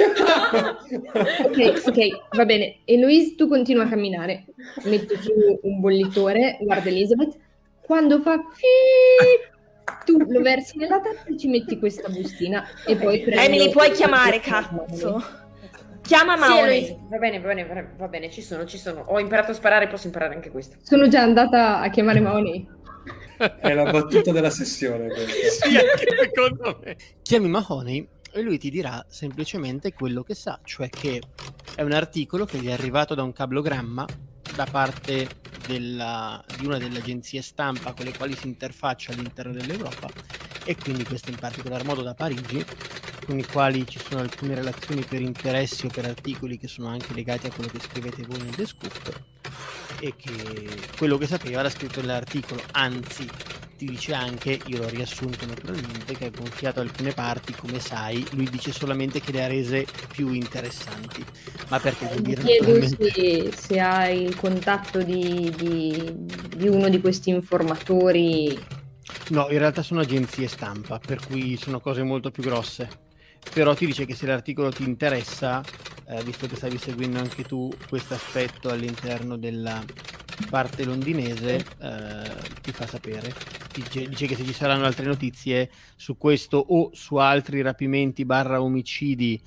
Ok, va bene. Eloise, tu continua a camminare. Metti giù un bollitore, guarda Elizabeth. Quando fa tu lo versi nella tazza e ci metti questa bustina e poi prendi... Emily, puoi chiamare, cazzo. Chiama Sì, Mahoney. Eloise, va bene, ci sono. Ho imparato a sparare, posso imparare anche questo. Sono già andata a chiamare Mahoney. È la battuta della sessione questa. Sì, anche secondo me. Chiami Mahoney e lui ti dirà semplicemente quello che sa, cioè che è un articolo che gli è arrivato da un cablogramma da parte di una delle agenzie stampa con le quali si interfaccia all'interno dell'Europa, e quindi questo in particolar modo da Parigi, con i quali ci sono alcune relazioni per interessi o per articoli che sono anche legati a quello che scrivete voi nel The Scoop, e che quello che sapeva l'ha scritto nell'articolo, anzi ti dice anche, io l'ho riassunto naturalmente, che ha gonfiato alcune parti, come sai, lui dice solamente che le ha rese più interessanti, ma perché vuol Mi dire chiedo naturalmente... se hai il contatto di uno di questi informatori. No, in realtà sono agenzie stampa, per cui sono cose molto più grosse. Però ti dice che se l'articolo ti interessa, visto che stavi seguendo anche tu questo aspetto all'interno della parte londinese, ti fa sapere. Dice che se ci saranno altre notizie su questo o su altri rapimenti / omicidi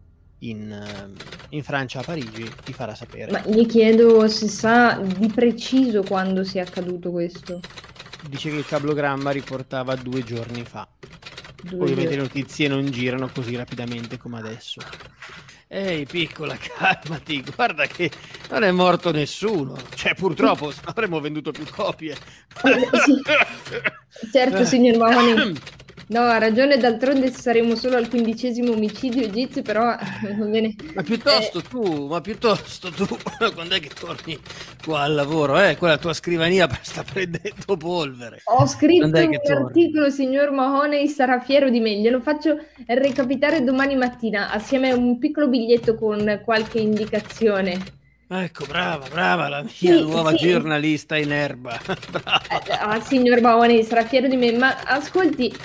in Francia, a Parigi, ti farà sapere. Ma gli chiedo se sa di preciso quando sia accaduto questo. Dice che il cablogramma riportava 2 giorni fa. Ovviamente le notizie non girano così rapidamente come adesso. Ehi, piccola, calmati, guarda che non è morto nessuno. Cioè, purtroppo, se no avremmo venduto più copie. Sì. Certo, signor Mahoney. No, ha ragione, d'altronde saremo solo al 15° omicidio egizio, però va bene. Ma piuttosto tu, quando è che torni qua al lavoro? Quella tua scrivania sta prendendo polvere. Ho scritto Quando è un che torni? articolo, signor Mahoney sarà fiero di me, glielo faccio recapitare domani mattina, assieme a un piccolo biglietto con qualche indicazione. Ecco, brava, la mia nuova giornalista in erba. Signor Mahoney sarà fiero di me, ma ascolti,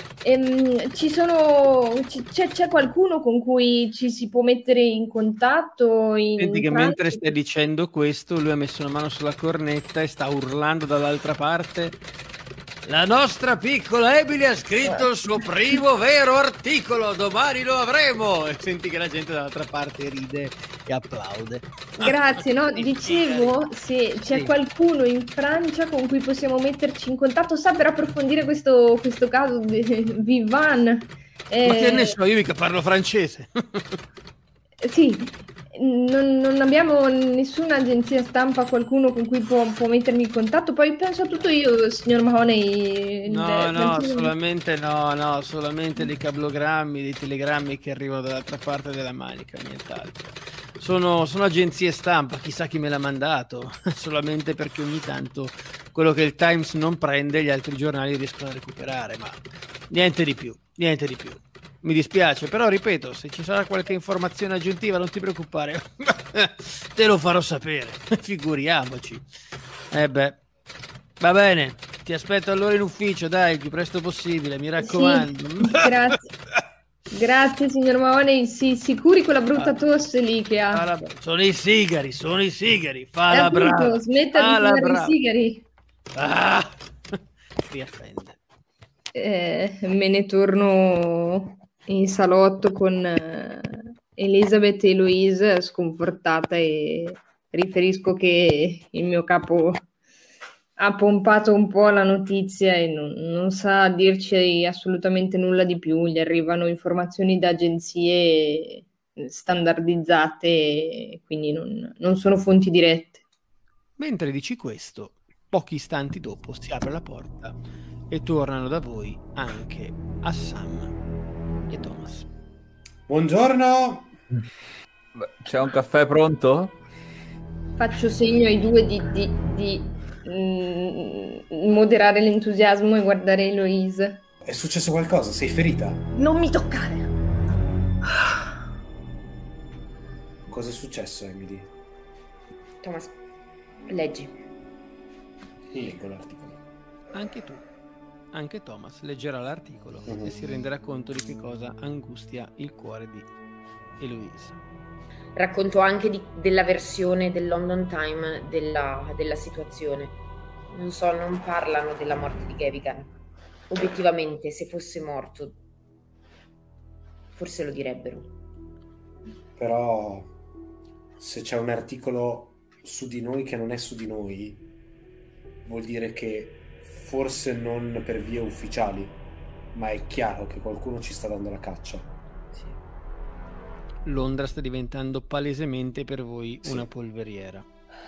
c'è qualcuno con cui ci si può mettere in contatto? Senti che mentre stai dicendo questo, lui ha messo una mano sulla cornetta e sta urlando dall'altra parte: la nostra piccola Emily ha scritto il suo primo vero articolo, domani lo avremo! E senti che la gente dall'altra parte ride e applaude. Grazie, no? Dicevo, se c'è qualcuno in Francia con cui possiamo metterci in contatto, sa, per approfondire questo caso di Vivan. Ma che ne so, io mica parlo francese. Sì, non abbiamo nessuna agenzia stampa, qualcuno con cui può mettermi in contatto. Poi penso a tutto io, signor Mahoney. Solamente dei cablogrammi, dei telegrammi che arrivano dall'altra parte della manica, nient'altro. Sono agenzie stampa, chissà chi me l'ha mandato, solamente perché ogni tanto quello che il Times non prende gli altri giornali riescono a recuperare, ma niente di più. Mi dispiace, però ripeto, se ci sarà qualche informazione aggiuntiva non ti preoccupare, te lo farò sapere, figuriamoci. Va bene, ti aspetto allora in ufficio, dai, il più presto possibile, mi raccomando. Sì, grazie signor Mahoney, si curi quella brutta tosse lì che ha. Sono i sigari, falla brava. Smetta di fumare i sigari. Ti offende. Me ne torno in salotto con Elizabeth e Eloise sconfortata, e riferisco che il mio capo ha pompato un po' la notizia e non sa dirci assolutamente nulla di più. Gli arrivano informazioni da agenzie standardizzate, quindi non sono fonti dirette. Mentre dici questo, pochi istanti dopo si apre la porta e tornano da voi anche Assam e Thomas. Buongiorno! C'è un caffè pronto? Faccio segno ai due di moderare l'entusiasmo e guardare Eloise. È successo qualcosa? Sei ferita? Non mi toccare! Cosa è successo, Emily? Thomas, leggi. Leggo l'articolo. Anche tu, anche Thomas leggerà l'articolo e si renderà conto di che cosa angustia il cuore di Eloise. Racconto anche della versione del London Time della situazione. Non so, non parlano della morte di Gavigan. Obiettivamente, se fosse morto, forse lo direbbero. Però, se c'è un articolo su di noi che non è su di noi, vuol dire che forse non per vie ufficiali, ma è chiaro che qualcuno ci sta dando la caccia. Sì. Londra sta diventando palesemente per voi Sì. una polveriera.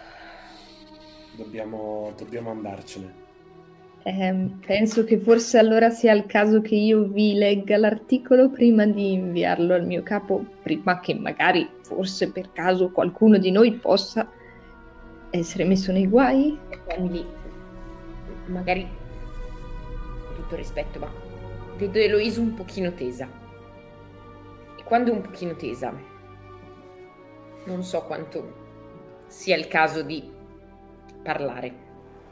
Dobbiamo andarcene. Penso che forse allora sia il caso che io vi legga l'articolo prima di inviarlo al mio capo, prima che magari, forse per caso, qualcuno di noi possa essere messo nei guai. Emily, magari, con tutto rispetto, ma vedo Eloise un pochino tesa. E quando è un pochino tesa, non so quanto sia il caso di parlare.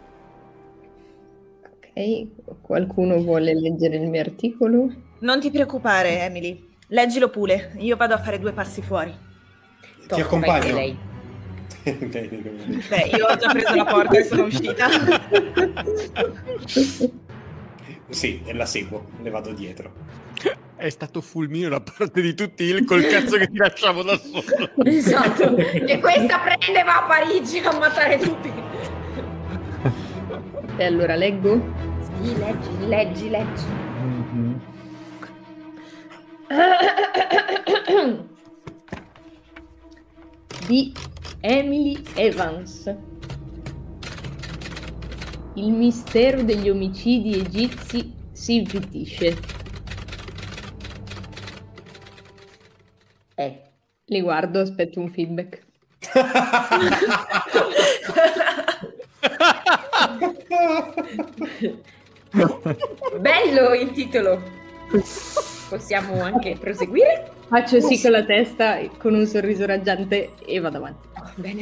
Ok, qualcuno vuole leggere il mio articolo? Non ti preoccupare, Emily. Leggilo pure. Io vado a fare 2 passi fuori. Ti accompagno. Vai lei. Beh, io ho già preso la porta e sono uscita. Sì, e la seguo, le vado dietro. È stato fulmino da parte di tutti col cazzo che ti lasciamo da solo. Esatto. E questa prende va a Parigi a ammazzare tutti. E allora leggo? Sì, leggi. Di Emily Evans. Il mistero degli omicidi egizi si infitisce. Li guardo, aspetto un feedback. Bello il titolo. Possiamo anche proseguire? Faccio sì con la testa, con un sorriso raggiante e vado avanti. Bene.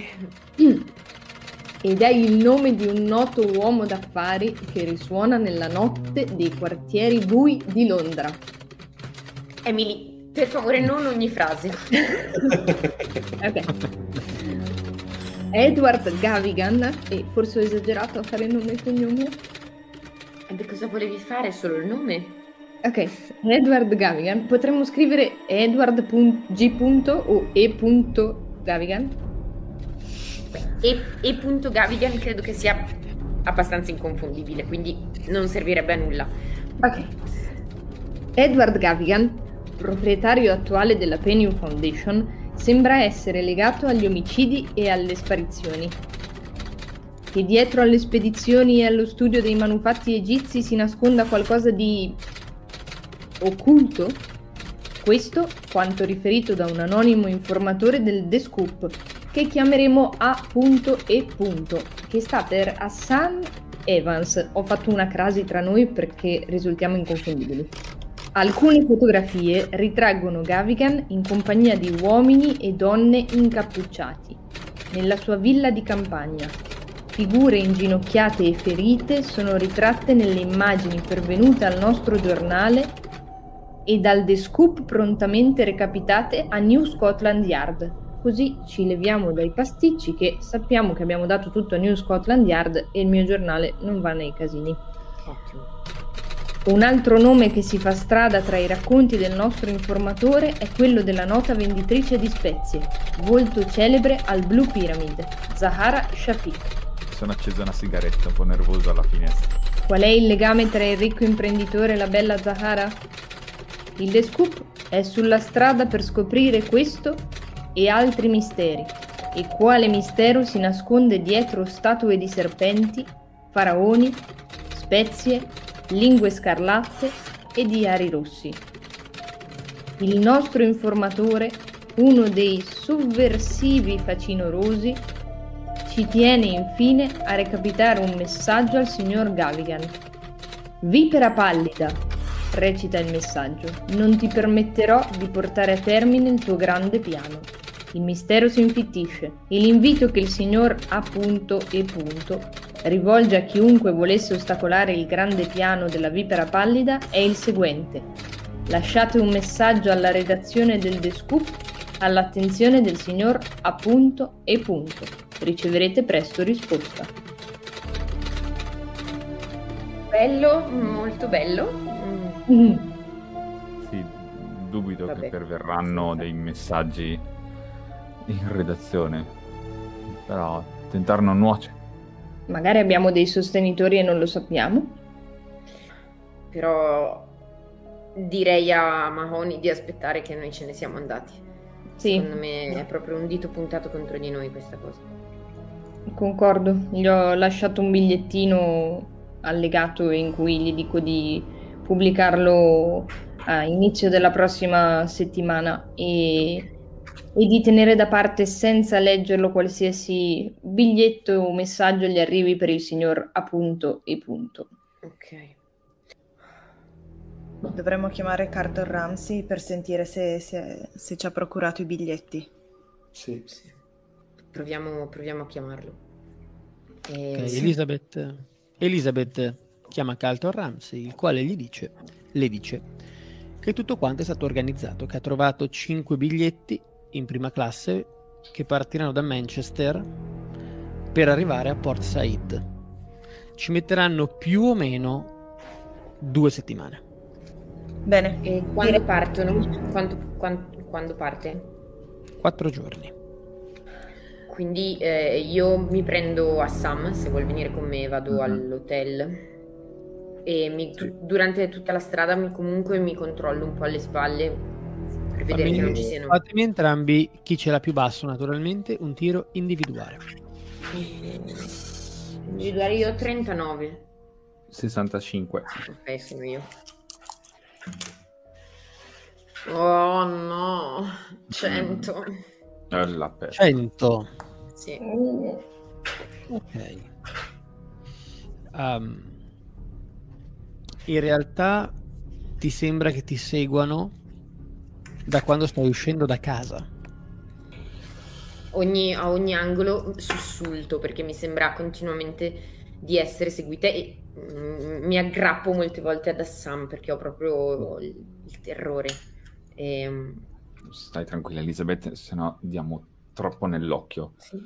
Ed è il nome di un noto uomo d'affari che risuona nella notte dei quartieri bui di Londra. Emily, per favore, non ogni frase. Ok. Edward Gavigan, e forse ho esagerato a fare nome e cognome. E cosa volevi fare? Solo il nome? Ok, Edward Gavigan. Potremmo scrivere Edward.G. o E.Gavigan? E punto Gavigan credo che sia abbastanza inconfondibile, quindi non servirebbe a nulla. Ok. Edward Gavigan, proprietario attuale della Penny Foundation, sembra essere legato agli omicidi e alle sparizioni. Che dietro alle spedizioni e allo studio dei manufatti egizi si nasconda qualcosa di occulto? Questo quanto riferito da un anonimo informatore del The Scoop, che chiameremo A.E. che sta per Hassan Evans. Ho fatto una crasi tra noi perché risultiamo inconfondibili. Alcune fotografie ritraggono Gavigan in compagnia di uomini e donne incappucciati, nella sua villa di campagna. Figure inginocchiate e ferite sono ritratte nelle immagini pervenute al nostro giornale e dal The Scoop prontamente recapitate a New Scotland Yard. Così ci leviamo dai pasticci che sappiamo che abbiamo dato tutto a New Scotland Yard e il mio giornale non va nei casini. Ottimo. Un altro nome che si fa strada tra i racconti del nostro informatore è quello della nota venditrice di spezie, volto celebre al Blue Pyramid, Zahara Shafiq. Sono accesa una sigaretta, un po' nervoso alla finestra. Qual è il legame tra il ricco imprenditore e la bella Zahara? Il The Scoop è sulla strada per scoprire questo e altri misteri. E quale mistero si nasconde dietro statue di serpenti, faraoni, spezie, lingue scarlatte e diari rossi. Il nostro informatore, uno dei sovversivi facinorosi, ci tiene infine a recapitare un messaggio al signor Gavigan. Vipera pallida, recita il messaggio. Non ti permetterò di portare a termine il tuo grande piano. Il mistero si infittisce e l'invito che il signor A.E. rivolge a chiunque volesse ostacolare il grande piano della vipera pallida è il seguente. Lasciate un messaggio alla redazione del The Scoop all'attenzione del signor A.E. Riceverete presto risposta. Bello, molto bello. Sì, dubito Vabbè. che perverranno dei messaggi in redazione, però tentare non nuoce. Magari abbiamo dei sostenitori e non lo sappiamo. Però direi a Mahoney di aspettare che noi ce ne siamo andati. Sì, Secondo me è proprio un dito puntato contro di noi questa cosa. concordo. Gli ho lasciato un bigliettino allegato in cui gli dico di pubblicarlo a inizio della prossima settimana e di tenere da parte senza leggerlo qualsiasi biglietto o messaggio gli arrivi per il signor A.E. Ok. Dovremmo chiamare Carter Ramsey per sentire se ci ha procurato i biglietti. Sì. Sì. Proviamo a chiamarlo. Ok, Sì. Elizabeth chiama Carlton Ramsey, il quale le dice che tutto quanto è stato organizzato, che ha trovato 5 biglietti in prima classe che partiranno da Manchester per arrivare a Port Said. Ci metteranno più o meno 2 settimane. Bene. E quando partono? Quando parte? 4 giorni. Quindi io mi prendo Assam, se vuol venire con me vado all'hotel e durante tutta la strada comunque mi controllo un po' alle spalle per vedere che non ci siano. Fatemi entrambi, chi ce l'ha più basso naturalmente, un tiro individuale. Individuare io 39. 65. Ok, sono io. Oh no, 100. La pelle. 100. Sì. Ok. In realtà ti sembra che ti seguano da quando stai uscendo da casa. A ogni angolo sussulto perché mi sembra continuamente di essere seguita e mi aggrappo molte volte ad Assam perché ho proprio il terrore. Stai tranquilla Elisabeth, se no diamo troppo nell'occhio. Sì.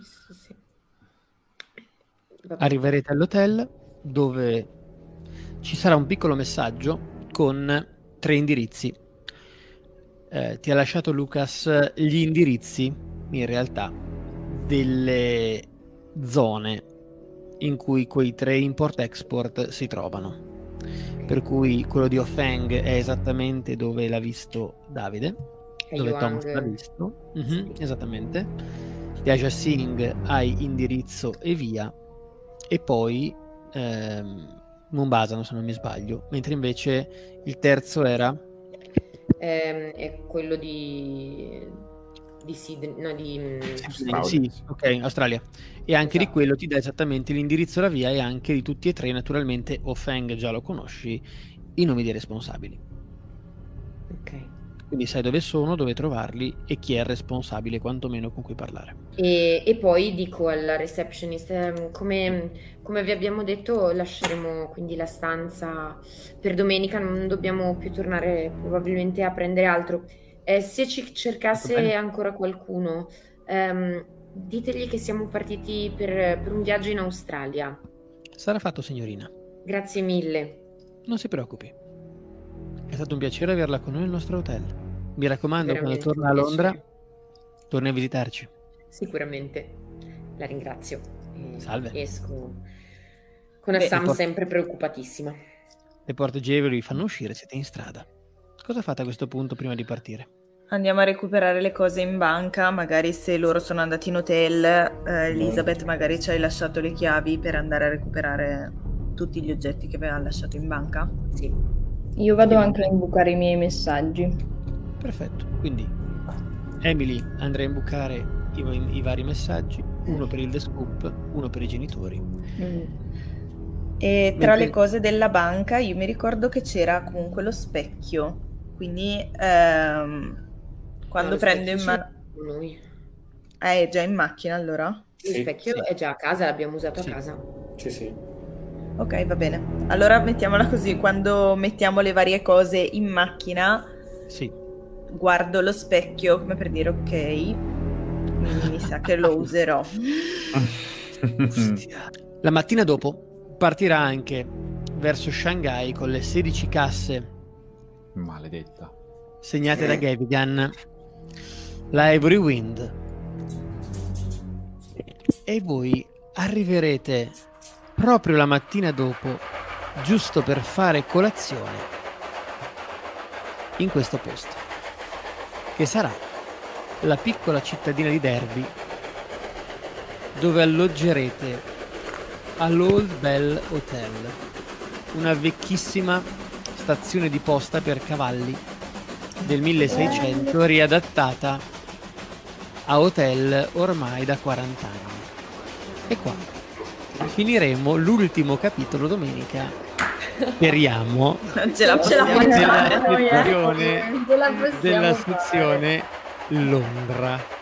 Vabbè. Arriverete all'hotel dove ci sarà un piccolo messaggio con 3 indirizzi. Ti ha lasciato Lucas gli indirizzi, in realtà, delle zone in cui quei 3 import-export si trovano. Per cui quello di Ofeng è esattamente dove l'ha visto Davide, dove Tom l'ha visto. Sì. Esattamente. Di Aja Singh hai indirizzo e via, e poi Mombasa, se non mi sbaglio, mentre invece il terzo era È quello di Sydney, no, di sì, ok, Australia. E anche di Esatto. quello ti dà esattamente l'indirizzo e la via, e anche di tutti e 3 naturalmente. Ofeng già lo conosci, i nomi dei responsabili, Ok. quindi sai dove sono, dove trovarli e chi è il responsabile quantomeno con cui parlare. E poi dico alla receptionist, come vi abbiamo detto, lasceremo quindi la stanza per domenica, non dobbiamo più tornare probabilmente a prendere altro. Se ci cercasse ancora qualcuno, ditegli che siamo partiti per un viaggio in Australia. Sarà fatto, signorina, Grazie mille. non si preoccupi, è stato un piacere averla con noi nel nostro hotel. Mi raccomando, quando Veramente torna a un Londra piacere. torni a visitarci. Sicuramente. La ringrazio. Salve. Esco con Assam sempre preoccupatissima. Le porte agevoli vi fanno uscire, siete in strada. Cosa fate a questo punto prima di partire? Andiamo a recuperare le cose in banca, magari se loro sono andati in hotel, Elizabeth magari ci hai lasciato le chiavi per andare a recuperare tutti gli oggetti che aveva lasciato in banca. Sì. Io vado anche a imbucare i miei messaggi. Perfetto, quindi Emily andrà a imbucare i vari messaggi, uno per il The Scoop, uno per i genitori. E tra le cose della banca io mi ricordo che c'era comunque lo specchio, quindi quando prendo in mano... Noi. È già in macchina allora? Lo Sì, specchio sì. è già a casa, l'abbiamo usato Sì. a casa. Sì. Ok, va bene. Allora mettiamola così, quando mettiamo le varie cose in macchina, Sì. guardo lo specchio come per dire ok, mi sa che lo userò. La mattina dopo partirà anche verso Shanghai con le 16 casse Maledetta. segnate da Gavigan, la Ivory Wind, e voi arriverete proprio la mattina dopo, giusto per fare colazione, in questo posto, che sarà la piccola cittadina di Derby, dove alloggerete all'Old Bell Hotel, una vecchissima stazione di posta per cavalli del 1600 riadattata a hotel ormai da 40 anni. E qua finiremo l'ultimo capitolo domenica, speriamo, Non ce la possiamo possiamo fare. fare. della sezione Ce la possiamo Londra.